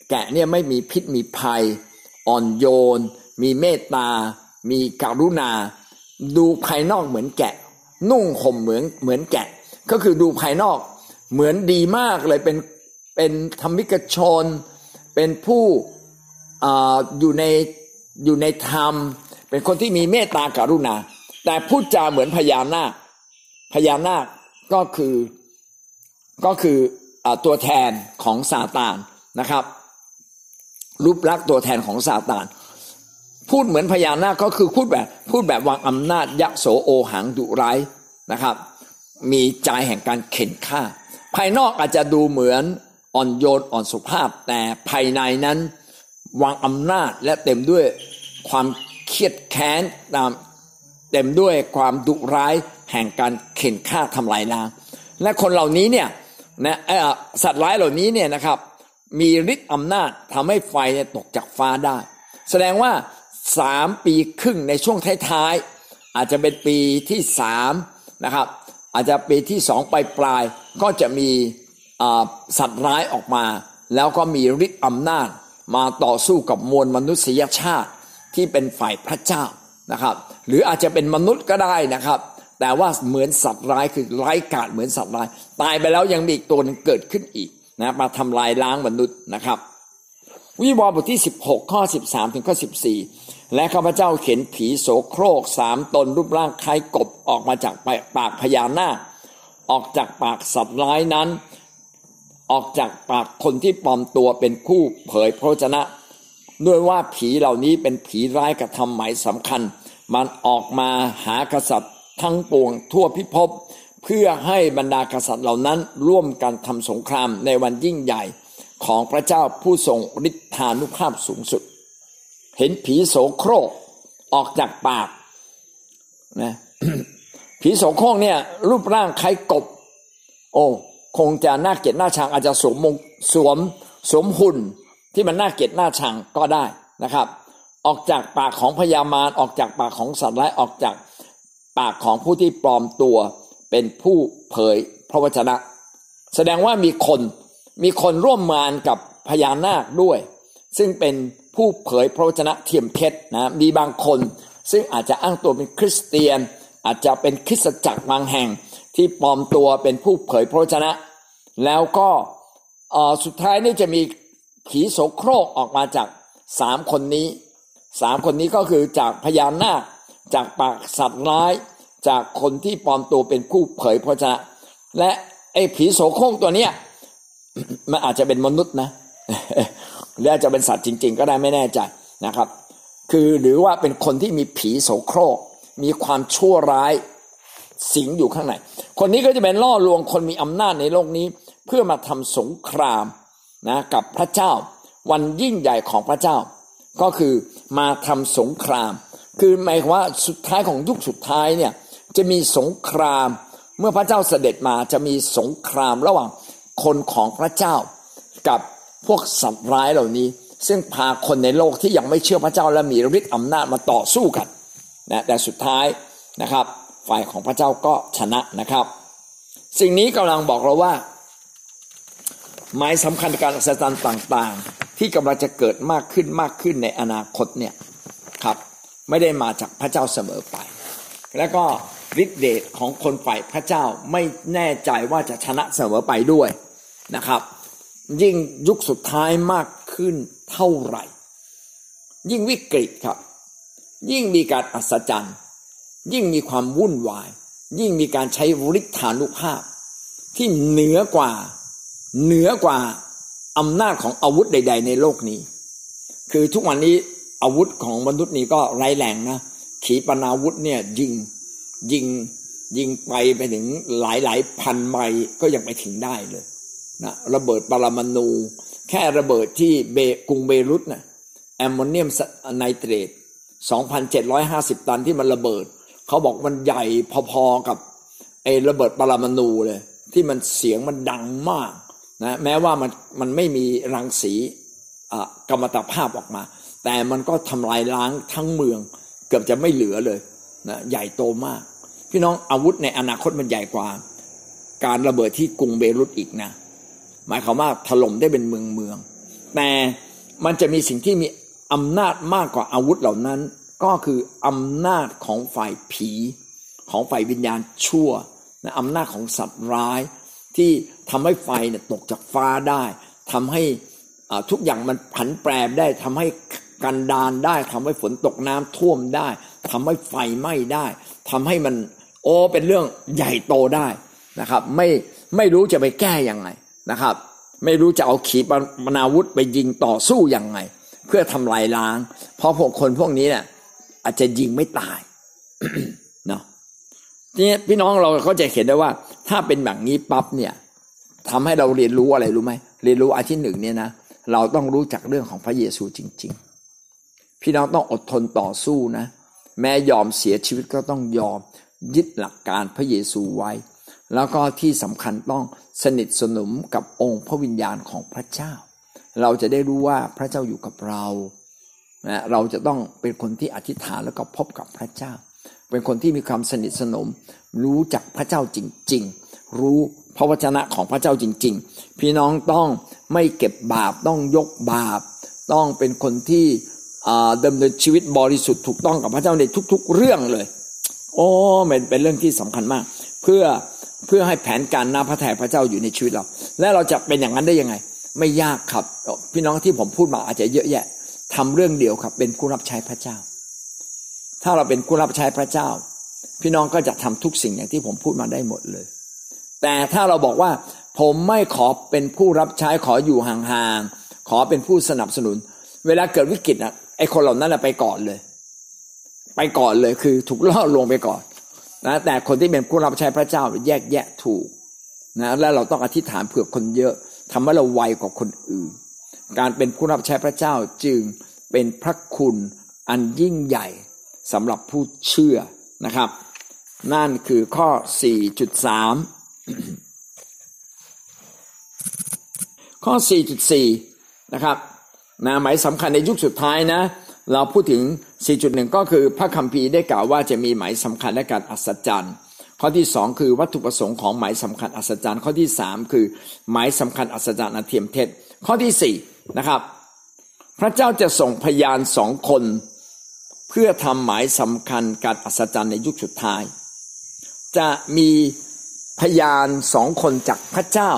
[SPEAKER 1] แกะเนี่ยไม่มีพิษมีภัยอ่อนโยนมีเมตตามีกรุณาดูภายนอกเหมือนแกะนุ่งห่มเหมือนเหมือนแกะก็คือดูภายนอกเหมือนดีมากเลยเป็นเป็นธรรมิกชนเป็นผู้อ่าอยู่ในอยู่ในธรรมเป็นคนที่มีเมตตากรุณาแต่พูดจาเหมือนพญานาคพญานาคก็คือก็คืออ่าตัวแทนของซาตานนะครับรูปลักษณ์ตัวแทนของซาตานพูดเหมือนพญานาคก็คือพูดแบบพูดแบบวางอำนาจยโสโอหังดุร้ายนะครับมีใจแห่งการเข็นฆ่าภายนอกอาจจะดูเหมือนอ่อนโยนอ่อนสุภาพแต่ภายในนั้นวางอำนาจและเต็มด้วยความเครียดแค้นตามเต็มด้วยความดุร้ายแห่งการเข็นฆ่าทำลายล้างและคนเหล่านี้เนี่ยนะสัตว์ร้ายเหล่านี้เนี่ยนะครับมีฤทธิ์อำนาจทำให้ไฟเนี่ยตกจากฟ้าได้แสดงว่าสามปีครึ่งในช่วงท้ายๆอาจจะเป็นปีที่สามนะครับอาจจะปีที่สองปลายปลายก็จะมีสัตว์ร้ายออกมาแล้วก็มีฤทธิ์อำนาจมาต่อสู้กับมวลมนุษยชาติที่เป็นฝ่ายพระเจ้านะครับหรืออาจจะเป็นมนุษย์ก็ได้นะครับแต่ว่าเหมือนสัตว์ร้ายคือร้ายกาจเหมือนสัตว์ร้ายตายไปแล้วยังมีอีกตัวนึงเกิดขึ้นอีกนะมาทำลายล้างมนุษย์นะครับวิวรณ์บทที่สิบหกข้อสิบสามถึงข้อสิบสี่และข้าพเจ้าเห็นผีโสโครกสามตนรูปร่างคล้ายกบออกมาจากปากพญานาคออกจากปากสัตว์ร้ายนั้นออกจากปากคนที่ปลอมตัวเป็นผู้เผยพระวจนะด้วยว่าผีเหล่านี้เป็นผีร้ายกระทำหมายสำคัญมันออกมาหากษัตริย์ทั้งปวงทั่วพิภพเพื่อให้บรรดากษัตริย์เหล่านั้นร่วมกันทำสงครามในวันยิ่งใหญ่ของพระเจ้าผู้ทรงฤทธานุภาพสูงสุดเห็นผีโสโครกออกจากปากนะ ผีโสโครกเนี่ยรูปร่างคล้ายกบโอ้คงจะน่าเกลียดน่าชังอาจจะสวมมงสวมสวมหุ่นที่มันน่าเกลียดน่าชังก็ได้นะครับออกจากปากของพญามารออกจากปากของสัตว์ร้ายออกจากปากของผู้ที่ปลอมตัวเป็นผู้เผยพระวจนะแสดงว่ามีคนมีคนร่วมงานกับพญานาคด้วยซึ่งเป็นผู้เผยพระวจนะเทียมเท็จนะมีบางคนซึ่งอาจจะอ้างตัวเป็นคริสเตียนอาจจะเป็นคริสตจักรบางแห่งที่ปลอมตัวเป็นผู้เผยพระวจนะแล้วก็สุดท้ายนี่จะมีผีโสโครกออกมาจากสามคนนี้สามคนนี้ก็คือจากพญานาคจากปากสัตว์ร้ายจากคนที่ปลอมตัวเป็นผู้เผยพระวจนะและไอ้ผีโสโครกตัวเนี้ยมันอาจจะเป็นมนุษย์นะหรืออาจจะเป็นสัตว์จริงๆก็ได้ไม่แน่ใจนะครับคือหรือว่าเป็นคนที่มีผีโสโครกมีความชั่วร้ายสิงอยู่ข้างในคนนี้ก็จะเป็นล่อลวงคนมีอำนาจในโลกนี้เพื่อมาทำสงครามนะกับพระเจ้าวันยิ่งใหญ่ของพระเจ้าก็คือมาทำสงครามคือหมายความว่าสุดท้ายของยุคสุดท้ายเนี่ยจะมีสงครามเมื่อพระเจ้าเสด็จมาจะมีสงครามระหว่างคนของพระเจ้ากับพวกสัตว์ร้ายเหล่านี้ซึ่งพาคนในโลกที่ยังไม่เชื่อพระเจ้าและมีฤทธิ์อำนาจมาต่อสู้กันนะแต่สุดท้ายนะครับฝ่ายของพระเจ้าก็ชนะนะครับสิ่งนี้กำลังบอกเราว่าหมายสำคัญการอัศจรรย์ต่างๆที่กำลังจะเกิดมากขึ้นมากขึ้นในอนาคตเนี่ยครับไม่ได้มาจากพระเจ้าเสมอไปแล้วก็ฤทธิ์เดชของคนฝ่ายพระเจ้าไม่แน่ใจว่าจะชนะเสมอไปด้วยนะครับยิ่งยุคสุดท้ายมากขึ้นเท่าไหร่ยิ่งวิกฤตครับยิ่งมีการอัศจรรย์ยิ่งมีความวุ่นวายยิ่งมีการใช้ฤทธานุภาพที่เหนือกว่าเหนือกว่าอำนาจของอาวุธใดๆในโลกนี้คือทุกวันนี้อาวุธของมนุษย์นี่ก็ไร้แรงนะขีปนาวุธเนี่ยยิงยิงยิงไปไปถึงหลายหลายพันไมล์ก็ยังไปถึงได้เลยนะระเบิดปรมาณูแค่ระเบิดที่เบกรุงเบรุตนะแอมโมเนียมไนเตรต สองพันเจ็ดร้อยห้าสิบ ตันที่มันระเบิดเขาบอกมันใหญ่พอๆกับไอ้ระเบิดปรมาณูเลยที่มันเสียงมันดังมากนะแม้ว่ามันมันไม่มีรังสีกัมมันตภาพออกมาแต่มันก็ทำลายล้างทั้งเมืองเกือบจะไม่เหลือเลยนะใหญ่โตมากพี่น้องอาวุธในอนาคตมันใหญ่กว่าการระเบิดที่กรุงเบรุตอีกนะหมายความว่าถล่มได้เป็นเมืองเมืองแต่มันจะมีสิ่งที่มีอำนาจมากกว่าอาวุธเหล่านั้นก็คืออำนาจของฝ่ายผีของฝ่ายวิญญาณชั่วนะอำนาจของสัตว์ร้ายที่ทำให้ไฟเนี่ยตกจากฟ้าได้ทำให้ทุกอย่างมันผันแปรได้ทำให้กันดารได้ทำให้ฝนตกน้ำท่วมได้ทำให้ไฟไหม้ได้ทำให้มันโอ้เป็นเรื่องใหญ่โตได้นะครับไม่ไม่รู้จะไปแก้ยังไงนะครับไม่รู้จะเอาขีปนาวุธไปยิงต่อสู้ยังไงเพื่อทำลายล้างเพราะพวกคนพวกนี้เนี่ยอาจจะยิงไม่ตาย เนาะนี่พี่น้องเราเขาจะเห็นได้ว่าถ้าเป็นแบบนี้ปั๊บเนี่ยทำให้เราเรียนรู้อะไรรู้ไหมเรียนรู้อันที่หนึ่งเนี่ยนะเราต้องรู้จักเรื่องของพระเยซูจริงๆพี่น้องต้องอดทนต่อสู้นะแม้ยอมเสียชีวิตก็ต้องยอมยึดหลักการพระเยซูไว้แล้วก็ที่สำคัญต้องสนิทสนมกับองค์พระวิญญาณของพระเจ้าเราจะได้รู้ว่าพระเจ้าอยู่กับเรานะเราจะต้องเป็นคนที่อธิษฐานแล้วก็พบกับพระเจ้าเป็นคนที่มีความสนิทสนมรู้จักพระเจ้าจริงๆรู้พระวจนะของพระเจ้าจริงๆพี่น้องต้องไม่เก็บบาปต้องยกบาปต้องเป็นคนที่ดำเนินชีวิตบริสุทธิ์ถูกต้องกับพระเจ้าในทุกๆเรื่องเลยโอ้มันเป็นเรื่องที่สำคัญมากเพื่อเพื่อให้แผนการน้ำพระทัยพระเจ้าอยู่ในชีวิตเราและเราจะเป็นอย่างนั้นได้ยังไงไม่ยากครับพี่น้องที่ผมพูดมาอาจจะเยอะแยะทำเรื่องเดียวครับเป็นผู้รับใช้พระเจ้าถ้าเราเป็นผู้รับใช้พระเจ้าพี่น้องก็จะทำทุกสิ่งอย่างที่ผมพูดมาได้หมดเลยแต่ถ้าเราบอกว่าผมไม่ขอเป็นผู้รับใช้ขออยู่ห่างๆขอเป็นผู้สนับสนุนเวลาเกิดวิกฤตนะไอ้คนเหล่านั้นไปก่อนเลยไปก่อนเลยคือถูกล่อลวงไปก่อนนะแต่คนที่เป็นผู้รับใช้พระเจ้าแยกแยะถูกนะและเราต้องอธิษฐานเผื่อคนเยอะทำให้เราไวกว่าคนอื่นการเป็นผู้รับใช้พระเจ้าจึงเป็นพระคุณอันยิ่งใหญ่สำหรับผู้เชื่อนะครับนั่นคือข้อ สี่จุดสาม ข้อ สี่จุดสี่ นะครับนะหมายสำคัญในยุคสุดท้ายนะเราพูดถึง สี่จุดหนึ่ง ก็คือพระคัมภีร์ได้กล่าวว่าจะมีหมายสำคัญและการอัศจรรย์ข้อที่สองคือวัตถุประสงค์ของหมายสำคัญอัศจรรย์ข้อที่สามคือหมายสำคัญอัศจรรย์อันเทียมเท็จข้อที่สี่นะครับพระเจ้าจะส่งพยานสองคนเพื่อทำหมายสำคัญการอัศจรรย์ในยุคสุดท้ายจะมีพยานสองคนจากพระเจ้า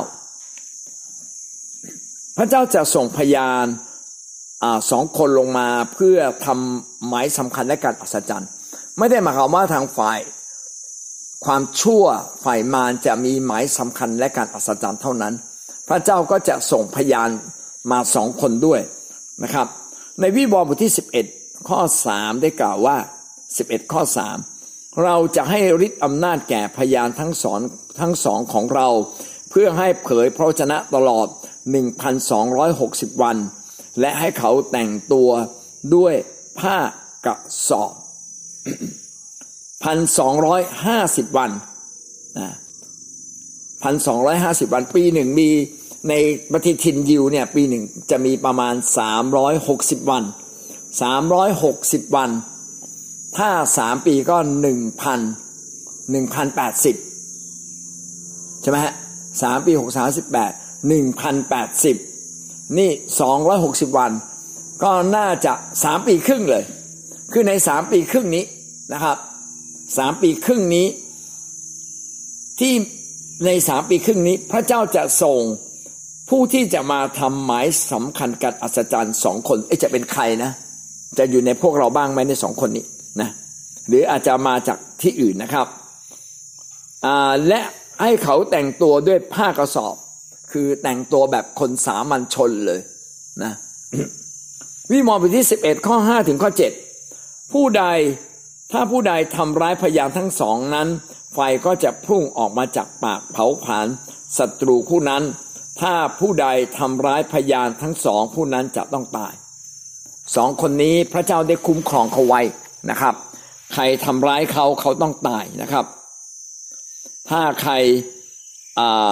[SPEAKER 1] พระเจ้าจะส่งพยานอ่าสองคนลงมาเพื่อทำหมายสำคัญและการอัศจรรย์ไม่ได้หมายความว่าทางฝ่ายความชั่วฝ่ายมารจะมีหมายสำคัญและการอัศจรรย์เท่านั้นพระเจ้าก็จะส่งพยานมาสองคนด้วยนะครับในวิวรณ์บทที่สิบเอ็ดข้อสามได้กล่าวว่าสิบเอ็ดข้อสามเราจะให้ฤทธิ์อำนาจแก่พยานทั้งสองทั้งสองของเราเพื่อให้เผยพระวจนะตลอด หนึ่งพันสองร้อยหกสิบ วันและให้เขาแต่งตัวด้วยผ้ากระสอบ หนึ่งพันสองร้อยห้าสิบ วันนะ หนึ่งพันสองร้อยห้าสิบ วันปีหนึ่งมีในปฏิทินยิวเนี่ยปีหนึ่งจะมีประมาณสามร้อยหกสิบวันสามร้อยหกสิบวันถ้าสามปีก็ หนึ่งพัน หนึ่งพันแปดสิบ ใช่ไหมฮะสามปีหก สามสิบแปด หนึ่งพันแปดสิบนี่สองร้อยหกสิบวันก็น่าจะสามปีครึ่งเลยคือในสามปีครึ่งนี้นะครับสามปีครึ่งนี้ที่ในสามปีครึ่งนี้พระเจ้าจะส่งผู้ที่จะมาทำหมายสำคัญการอัศจรรย์สองคนเอ๊ะจะเป็นใครนะจะอยู่ในพวกเราบ้างไหมในสองคนนี้นะหรืออาจจะมาจากที่อื่นนะครับอ่าและให้เขาแต่งตัวด้วยผ้ากระสอบคือแต่งตัวแบบคนสามัญชนเลยนะ วิวรณ์บทที่สิบเอ็ดข้อห้าถึงข้อเจ็ดผู้ใดถ้าผู้ใดทำร้ายพยานทั้งสองนั้นไฟก็จะพุ่งออกมาจากปากเผาผลาญศัตรูผู้นั้นถ้าผู้ใดทำร้ายพยานทั้งสองผู้นั้นจะต้องตายสองคนนี้พระเจ้าได้คุ้มครองเขาไว้นะครับใครทำร้ายเขาเขาต้องตายนะครับถ้าใครอ่า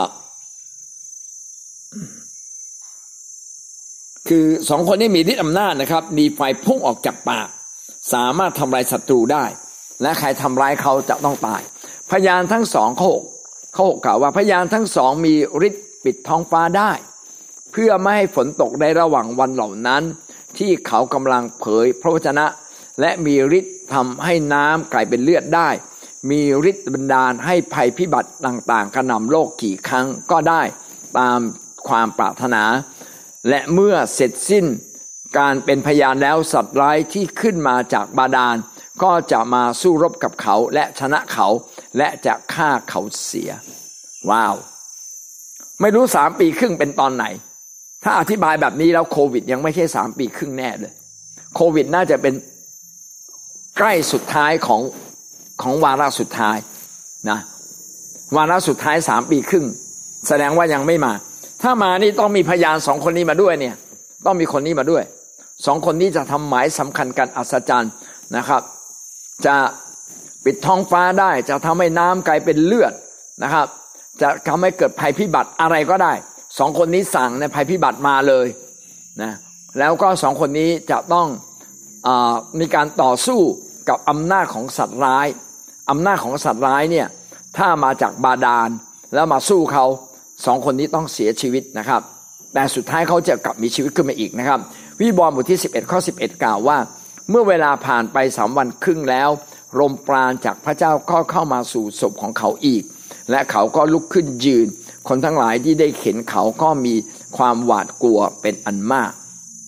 [SPEAKER 1] คือสองคนนี้มีฤทธิ์อำนาจนะครับมีไฟพุ่งออกจากปากสามารถทำลายศัตรูได้และใครทำร้ายเขาจะต้องตายพยานทั้งสองข้อหกข้อหกกล่าวว่าพยานทั้งสองมีฤทธิ์ปิดท้องฟ้าได้พื่อไม่ให้ฝนตกในระหว่างวันเหล่านั้นที่เขากำลังเผยพระวจนะและมีฤทธิ์ทำให้น้ำกลายเป็นเลือดได้มีฤทธิ์บันดาลให้ภัยพิบัติต่างๆกระหน่ำโลกกี่ครั้งก็ได้ตามความปรารถนาและเมื่อเสร็จสิ้นการเป็นพยานแล้วสัตว์ร้ายที่ขึ้นมาจากบาดาลก็จะมาสู้รบกับเขาและชนะเขาและจะฆ่าเขาเสียว้าวไม่รู้สามปีครึ่งเป็นตอนไหนถ้าอธิบายแบบนี้แล้วโควิดยังไม่ใช่สามปีครึ่งแน่เลยโควิดน่าจะเป็นใกล้สุดท้ายของของวาระสุดท้ายนะวาระสุดท้ายสามปีครึ่งแสดงว่ายังไม่มาถ้ามานี่ต้องมีพยานสองคนนี้มาด้วยเนี่ยต้องมีคนนี้มาด้วยสองคนนี้จะทำหมายสำคัญกันอัศจรรย์นะครับจะปิดท้องฟ้าได้จะทำให้น้ำกลายเป็นเลือดนะครับจะทำให้เกิดภัยพิบัติอะไรก็ได้สองคนนี้สั่งในภัยพิบัติมาเลยนะแล้วก็สองคนนี้จะต้องเอ่อมีการต่อสู้กับอำนาจของสัตว์ร้ายอำนาจของสัตว์ร้ายเนี่ยถ้ามาจากบาดาลแล้วมาสู้เขาสองคนนี้ต้องเสียชีวิตนะครับแต่สุดท้ายเขาจะกลับมีชีวิตขึ้นมาอีกนะครับวิวรณ์บทที่สิบเอ็ดข้อสิบเอ็ดกล่าวว่าเมื่อเวลาผ่านไปสามวันครึ่งแล้วลมปราณจากพระเจ้าก็เข้ามาสู่ศพของเขาอีกและเขาก็ลุกขึ้นยืนคนทั้งหลายที่ได้เห็นเขาก็มีความหวาดกลัวเป็นอันมาก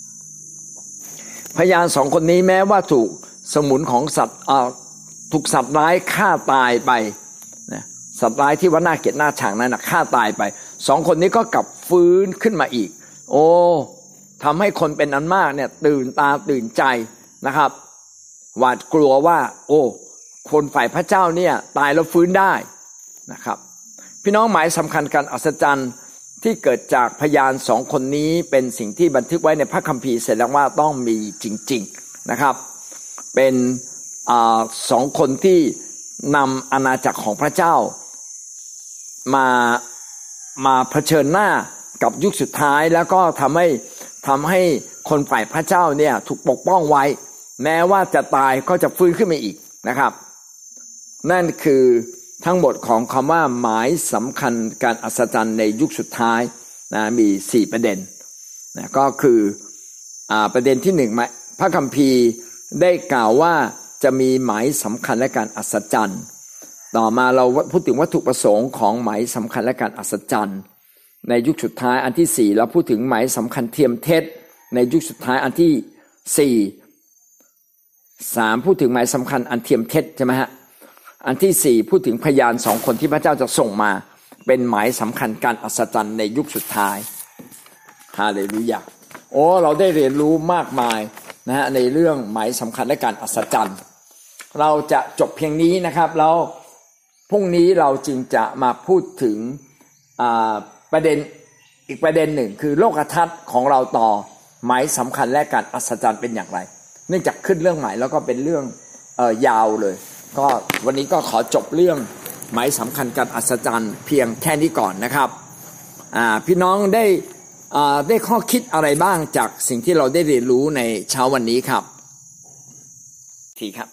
[SPEAKER 1] พยานสองคนนี้แม้ว่าถูกสมุนของสัตว์ถูกสัตว์ร้ายฆ่าตายไปนะสัตว์ร้ายที่ว่าน่าเกลียดน่าชังนั้นนะฆ่าตายไปสองคนนี้ก็กลับฟื้นขึ้นมาอีกโอ้ทำให้คนเป็นอันมากเนี่ยตื่นตาตื่นใจนะครับหวาดกลัวว่าโอ้คนฝ่ายพระเจ้าเนี่ยตายแล้วฟื้นได้นะครับพี่น้องหมายสำคัญการอัศจรรย์ที่เกิดจากพยานสองคนนี้เป็นสิ่งที่บันทึกไว้ในพระคัมภีร์เสร็จแล้วว่าต้องมีจริงๆนะครับเป็นอ่าสองคนที่นำอาณาจักรของพระเจ้ามามาเผชิญหน้ากับยุคสุดท้ายแล้วก็ทำให้ทำให้คนฝ่ายพระเจ้าเนี่ยถูกปกป้องไว้แม้ว่าจะตายก็จะฟื้นขึ้นมาอีกนะครับนั่นคือทั้งหมดของคำว่าหมายสำคัญการอัศจรรย์ในยุคสุดท้ายนะมีสี่ประเด็นนะก็คืออ่าประเด็นที่หนึ่งพระคัมภีร์ได้กล่าวว่าจะมีหมายสำคัญและการอัศจรรย์ต่อมาเราพูดถึงวัตถุประสงค์ของหมายสำคัญและการอัศจรรย์ในยุคสุดท้ายอันที่สี่เราพูดถึงหมายสำคัญเทียมเท็จในยุคสุดท้ายอันที่สี่สามพูดถึงหมายสำคัญอันเทียมเท็จใช่ไหมฮะอันที่สี่พูดถึงพยานสองคนที่พระเจ้าจะส่งมาเป็นหมายสำคัญการอัศจรรย์ในยุคสุดท้ายฮาเลลูยาโอ้เราได้เรียนรู้มากมายนะฮะในเรื่องหมายสำคัญและการอัศจรรย์เราจะจบเพียงนี้นะครับแล้วพรุ่งนี้เราจึงจะมาพูดถึงประเด็นอีกประเด็นหนึ่งคือโลกทัศน์ของเราต่อหมายสำคัญและการอัศจรรย์เป็นอย่างไรเนื่องจากขึ้นเรื่องใหม่แล้วก็เป็นเรื่องเอ่อยาวเลยก็วันนี้ก็ขอจบเรื่องหมายสำคัญการอัศจรรย์เพียงแค่นี้ก่อนนะครับอ่าพี่น้องได้อ่าได้ข้อคิดอะไรบ้างจากสิ่งที่เราได้เรียนรู้ในเช้าวันนี้ครับทีครับ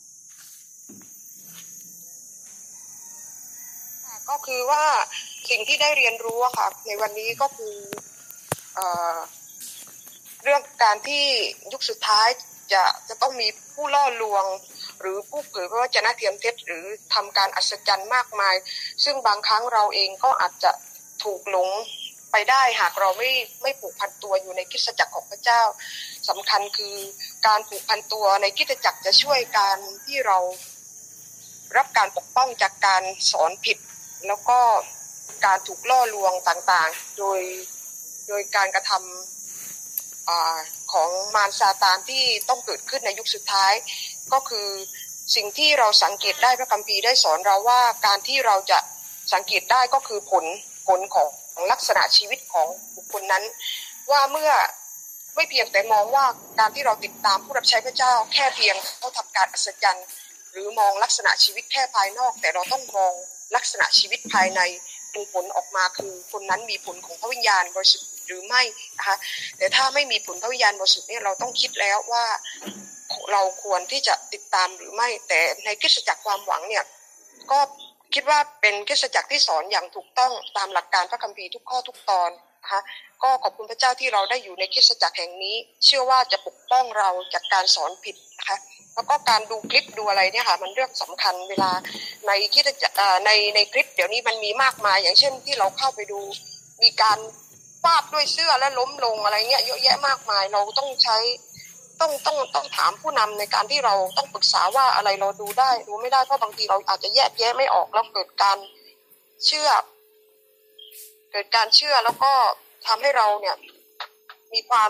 [SPEAKER 2] ก็คือว่าสิ่งที่ได้เรียนรู้อะค่ะในวันนี้ก็คือเอ่อเรื่องการที่ยุคสุดท้ายจะจะต้องมีผู้ล่อลวงหรือผู้เผยพระวจนะเทียมเท็จหรือทำการอัศจรรย์มากมายซึ่งบางครั้งเราเองก็อาจจะถูกหลงไปได้หากเราไม่ไม่ผูกพันตัวอยู่ในคริสตจักรของพระเจ้าสำคัญคือการผูกพันตัวในคริสตจักรจะช่วยการที่เรารับการปกป้องจากการสอนผิดแล้วก็การถูกล่อลวงต่างๆโดยโดยการกระทำอ่าของมารซาตานที่ต้องเกิดขึ้นในยุคสุดท้ายก็คือสิ่งที่เราสังเกตได้พระคัมภีร์ได้สอนเราว่าการที่เราจะสังเกตได้ก็คือผลผลของลักษณะชีวิตของบุคคลนั้นว่าเมื่อไม่เพียงแต่มองว่าการที่เราติดตามผู้รับใช้พระเจ้าแค่เพียงเขาทำการอัศจรรย์หรือมองลักษณะชีวิตแค่ภายนอกแต่เราต้องมองลักษณะชีวิตภายในเป็นผลออกมาคือคนนั้นมีผลของพระวิญญาณบริสุทธิ์หรือไม่นะคะแต่ถ้าไม่มีผลพระวิญญาณบริสุทธิ์เนี่ยเราต้องคิดแล้วว่าเราควรที่จะติดตามหรือไม่แต่ในคริสตจักรความหวังเนี่ยก็คิดว่าเป็นคริสตจักรที่สอนอย่างถูกต้องตามหลักการพระคัมภีร์ทุกข้อทุกตอนนะคะก็ขอบคุณพระเจ้าที่เราได้อยู่ในคริสตจักรแห่งนี้เชื่อว่าจะปกป้องเราจากการสอนผิดนะคะแล้วก็การดูคลิปดูอะไรเนี่ยค่ะมันเรื่องสำคัญเวลาในคริสตจักรในในคลิปเดี๋ยวนี้มันมีมากมายอย่างเช่นที่เราเข้าไปดูมีการฟาดด้วยเสื้อและล้มลงอะไรเงี้ยเยอะแยะมากมายเราต้องใช้ต้องต้องต้องถามผู้นำในการที่เราต้องปรึกษาว่าอะไรเราดูได้ดูไม่ได้เพราะบางทีเราอาจจะแยกแยะไม่ออกแล้วเกิดการเชื่อเกิดการเชื่อแล้วก็ทำให้เราเนี่ยมีความ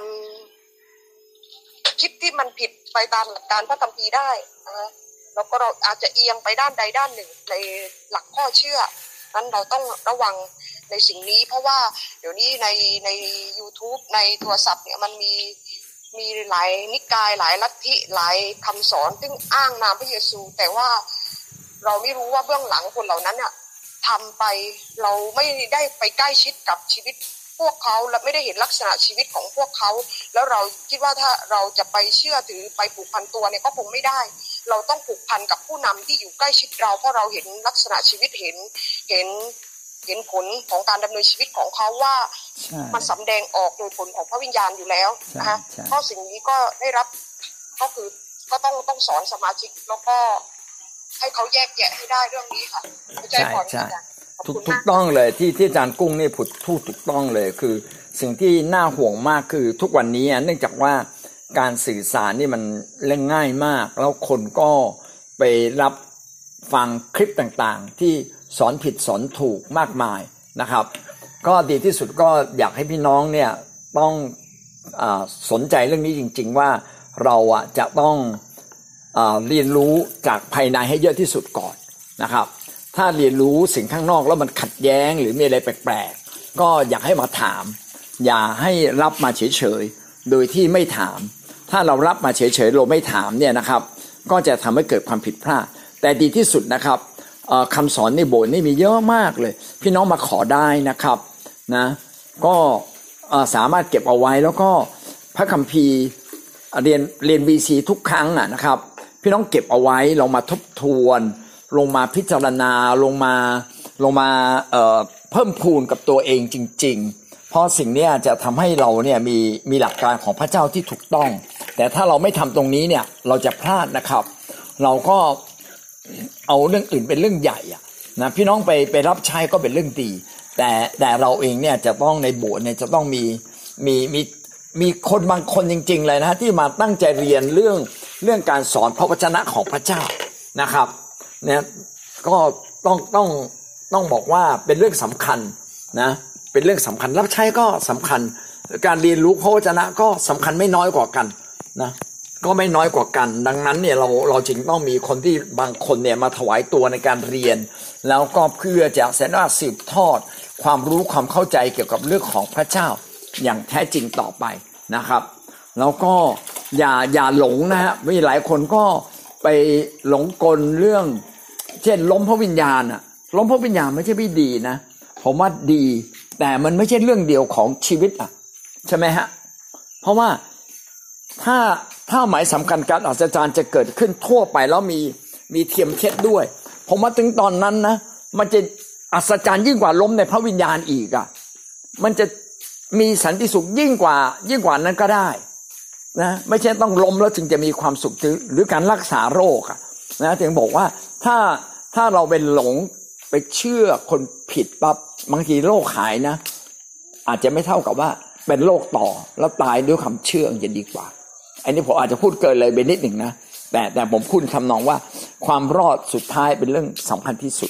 [SPEAKER 2] คิดที่มันผิดไปตามหลักการพระคัมภีร์ได้นะแล้วก็เราอาจจะเอียงไปด้านใดด้านหนึ่งในหลักข้อเชื่อนั้นเราต้องระวังในสิ่งนี้เพราะว่าเดี๋ยวนี้ในใน YouTube ในโทรศัพท์เนี่ยมันมีมีหลายนิกายหลายลัทธิหลายคำสอนซึ่งอ้างนามพระเยซูแต่ว่าเราไม่รู้ว่าเบื้องหลังคนเหล่านั้นเนี่ยทำไปเราไม่ได้ไปใกล้ชิดกับชีวิตพวกเขาและไม่ได้เห็นลักษณะชีวิตของพวกเขาแล้วเราคิดว่าถ้าเราจะไปเชื่อถือไปผูกพันตัวเนี่ยก็คงไม่ได้เราต้องผูกพันกับผู้นำที่อยู่ใกล้ชิดเราเพราะเราเห็นลักษณะชีวิตเห็นเห็นเห็นผลของการดำเนินชีวิตของเขาว่ามันสำแดงออกโดยผลของพระวิญญาณอยู่แล้วนะคะเพราะสิ่งนี้ก็ได้รับก็คือก็ต้องต้องสอนสมาชิกแล้วก็ให้เขาแยกแยะให้ได้เรื่องนี้ค่ะใช่ใช่
[SPEAKER 1] ถูกถูกต้องเลยที่ที่อาจารย์กุ้งนี่พูดพูดถูกต้องเลยคือสิ่งที่น่าห่วงมากคือทุกวันนี้เนื่องจากว่าการสื่อสารนี่มันเล่นง่ายมากแล้วคนก็ไปรับฟังคลิปต่างๆที่สอนผิดสอนถูกมากมายนะครับก็ดีที่สุดก็อยากให้พี่น้องเนี่ยต้องอ่าสนใจเรื่องนี้จริงๆว่าเราอ่ะจะต้องอ่าเรียนรู้จากภายในให้เยอะที่สุดก่อนนะครับถ้าเรียนรู้สิ่งข้างนอกแล้วมันขัดแย้งหรือมีอะไรแปลกๆก็อยากให้มาถามอย่าให้รับมาเฉยๆโดยที่ไม่ถามถ้าเรารับมาเฉยๆเราไม่ถามเนี่ยนะครับก็จะทำให้เกิดความผิดพลาดแต่ดีที่สุดนะครับคำสอนในโบสถ์นี่มีเยอะมากเลยพี่น้องมาขอได้นะครับนะก็สามารถเก็บเอาไว้แล้วก็พระคัมภีร์เรียนเรียน บี ซี ทุกครั้งอ่ะนะครับพี่น้องเก็บเอาไว้ลงมาทบทวนลงมาพิจารณาลงมาลงมาเอ่อเพิ่มพูนกับตัวเองจริงๆเพราะสิ่งนี้จะทำให้เราเนี่ยมีมีหลักการของพระเจ้าที่ถูกต้องแต่ถ้าเราไม่ทำตรงนี้เนี่ยเราจะพลาดนะครับเราก็เอาเรื่องอื่นเป็นเรื่องใหญ่อะนะพี่น้องไปไปรับใช้ก็เป็นเรื่องดีแต่แต่เราเองเนี่ยจะต้องในโบสถ์เนี่ยจะต้องมีมีมีมีคนบางคนจริงๆเลยนะที่มาตั้งใจเรียนเรื่องเรื่องการสอนพระวจนะของพระเจ้านะครับเนี่ยก็ต้องต้องต้องบอกว่าเป็นเรื่องสำคัญนะเป็นเรื่องสำคัญรับใช้ก็สำคัญการเรียนรู้พระวจนะก็สำคัญไม่น้อยกว่ากันนะก็ไม่น้อยกว่ากันดังนั้นเนี่ยเราเราจึงต้องมีคนที่บางคนเนี่ยมาถวายตัวในการเรียนแล้วก็เพื่อจะสามารถสืบทอดความรู้ความเข้าใจเกี่ยวกับเรื่องของพระเจ้าอย่างแท้จริงต่อไปนะครับแล้วก็อย่าอย่าหลงนะฮะมีหลายคนก็ไปหลงกลเรื่องเช่นล้มพระวิญญาณอะล้มพระวิญญาณไม่ใช่ไม่ดีนะผมว่าดีแต่มันไม่ใช่เรื่องเดียวของชีวิตอะใช่ไหมฮะเพราะว่าถ้าถ้าหมายสำคัญการอัศจรรย์จะเกิดขึ้นทั่วไปแล้วมีมีเทียมเท็จด้วยผมว่าถึงตอนนั้นนะมันจะอัศจรรย์ยิ่งกว่าล้มในพระวิญญาณอีกอะมันจะมีสันติสุขยิ่งกว่ายิ่งกว่านั้นก็ได้นะไม่ใช่ต้องล้มแล้วจึงจะมีความสุขหรือการรักษาโรคอะนะถึงบอกว่าถ้าถ้าเราเป็นหลงไปเชื่อคนผิดปั๊บบางทีโรคหายนะอาจจะไม่เท่ากับว่าเป็นโรคต่อแล้วตายด้วยความเชื่อจะดีกว่าอันนี้ผมอาจจะพูดเกินเลยไปนิดหนึ่งนะแต่แต่ผมพูดทำนองว่าความรอดสุดท้ายเป็นเรื่องสำคัญที่สุด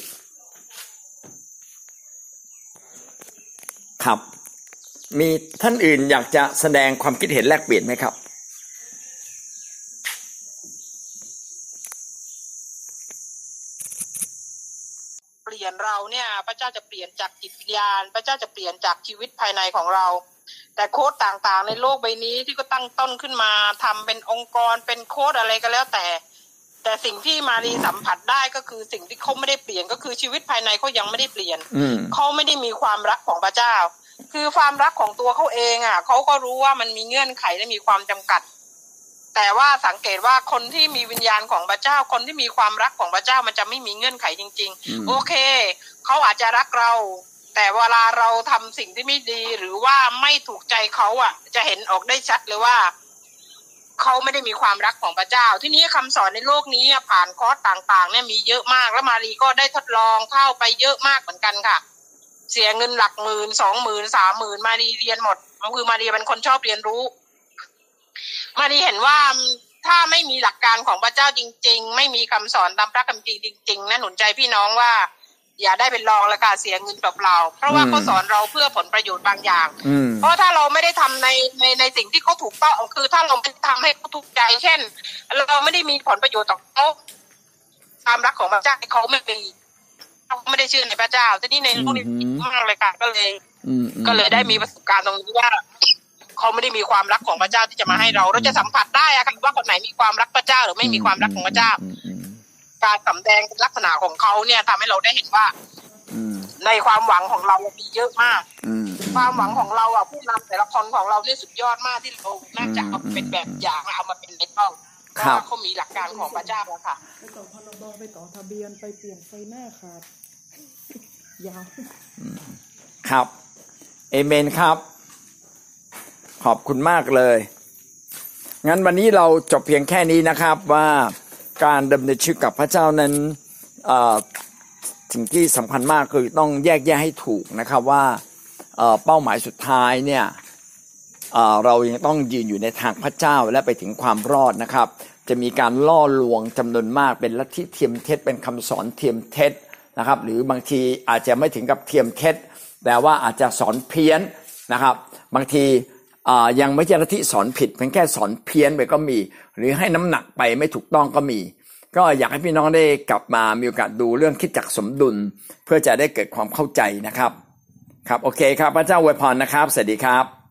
[SPEAKER 1] ครับมีท่านอื่นอยากจะแสดงความคิดเห็นแลกเปลี่ยนไหมครับ
[SPEAKER 3] เปลี่ยนเราเนี่ยพระเจ้าจะเปลี่ยนจากจิตวิญญาณพระเจ้าจะเปลี่ยนจากชีวิตภายในของเราแต่โค้ดต่างๆในโลกใบนี้ที่ก็ตั้งต้นขึ้นมาทำเป็นองค์กรเป็นโค้ดอะไรก็แล้วแต่แต่สิ่งที่มารีสัมผัสได้ก็คือสิ่งที่เขาไม่ได้เปลี่ยนก็คือชีวิตภายในเขายังไม่ได้เปลี่ยนเขาไม่ได้มีความรักของพระเจ้าคือความรักของตัวเขาเองอ่ะเขาก็รู้ว่ามันมีเงื่อนไขและมีความจำกัดแต่ว่าสังเกตว่าคนที่มีวิญญาณของพระเจ้าคนที่มีความรักของพระเจ้ามันจะไม่มีเงื่อนไขจริงๆโอเคเขาอาจจะรักเราแต่เวลาเราทำสิ่งที่ไม่ดีหรือว่าไม่ถูกใจเขาอ่ะจะเห็นออกได้ชัดเลยว่าเขาไม่ได้มีความรักของพระเจ้าที่นี้คำสอนในโลกนี้ผ่านคอร์สต่างๆเนี่ยมีเยอะมากแล้วมารีก็ได้ทดลองเข้าไปเยอะมากเหมือนกันค่ะเสียเงินหลักหมื่นสองหมื่นสามหมื่นมารีเรียนหมดคือมารีเป็นคนชอบเรียนรู้มารีเห็นว่าถ้าไม่มีหลักการของพระเจ้าจริงๆไม่มีคำสอนตามพระคัมภีร์จริงๆนะหนุนใจพี่น้องว่าอย่าได้เป็นรองและการเสียเงินเปล่าๆเพราะว่าเขาสอนเราเพื่อผลประโยชน์บางอย่างเพราะถ้าเราไม่ได้ทำในในในสิ่งที่เขาถูกต้องคือถ้าเราไม่ทำให้เขาถูกใจเช่นเราไม่ได้มีผลประโยชน์ต่อเขาความรักของพระเจ้าเขาไม่มีเขาไม่ได้เชื่อในพระเจ้าทีนี้ในโลกนี้มากเลยค่ะก็เลยก็เลยได้มีประสบการณ์ตรงนี้ว่าเขาไม่ได้มีความรักของพระเจ้าที่จะมาให้เราเราจะสัมผัสได้อะค่ะว่าคนไหนมีความรักพระเจ้าหรือไม่มีความรักของพระเจ้าการสำแดงลักษณะของเขาเนี่ยทำให้เราได้เห็นว่าในความหวังของเรามีเยอะมากความหวังของเราอ่ะผู้นำแต่ละคนของเราเนี่ยสุดยอดมากที่เราน่าจะเอาเป็นแบบอย่างเอามาเป็นในต้องเพราะว่าเขามีหลักการของพระเจ้าแล้วค่ะ
[SPEAKER 4] ไปต่อพรบไปต่อทะเบียนไปเปลี่ยนไฟหน้าขาดยาว
[SPEAKER 1] ครับเอเมนครับขอบคุณมากเลยงั้นวันนี้เราจบเพียงแค่นี้นะครับว่าการดำเนินชีวิตกับพระเจ้านั้นสิ่งที่สำคัญมากคือต้องแยกแยะให้ถูกนะครับว่าเป้าหมายสุดท้ายเนี่ยเรายังต้องยืนอยู่ในทางพระเจ้าและไปถึงความรอดนะครับจะมีการล่อลวงจำนวนมากเป็นลัทธิเทียมเท็จเป็นคำสอนเทียมเท็จนะครับหรือบางทีอาจจะไม่ถึงกับเทียมเท็จแต่ว่าอาจจะสอนเพี้ยนนะครับบางทียังไม่ใช่ลัทธิสอนผิดเพียงแค่สอนเพี้ยนไปก็มีหรือให้น้ำหนักไปไม่ถูกต้องก็มีก็อยากให้พี่น้องได้กลับมามีโอกาสดูเรื่องคริสตจักรสมดุลเพื่อจะได้เกิดความเข้าใจนะครับครับโอเคครับพระเจ้าอวยพรนะครับสวัสดีครับ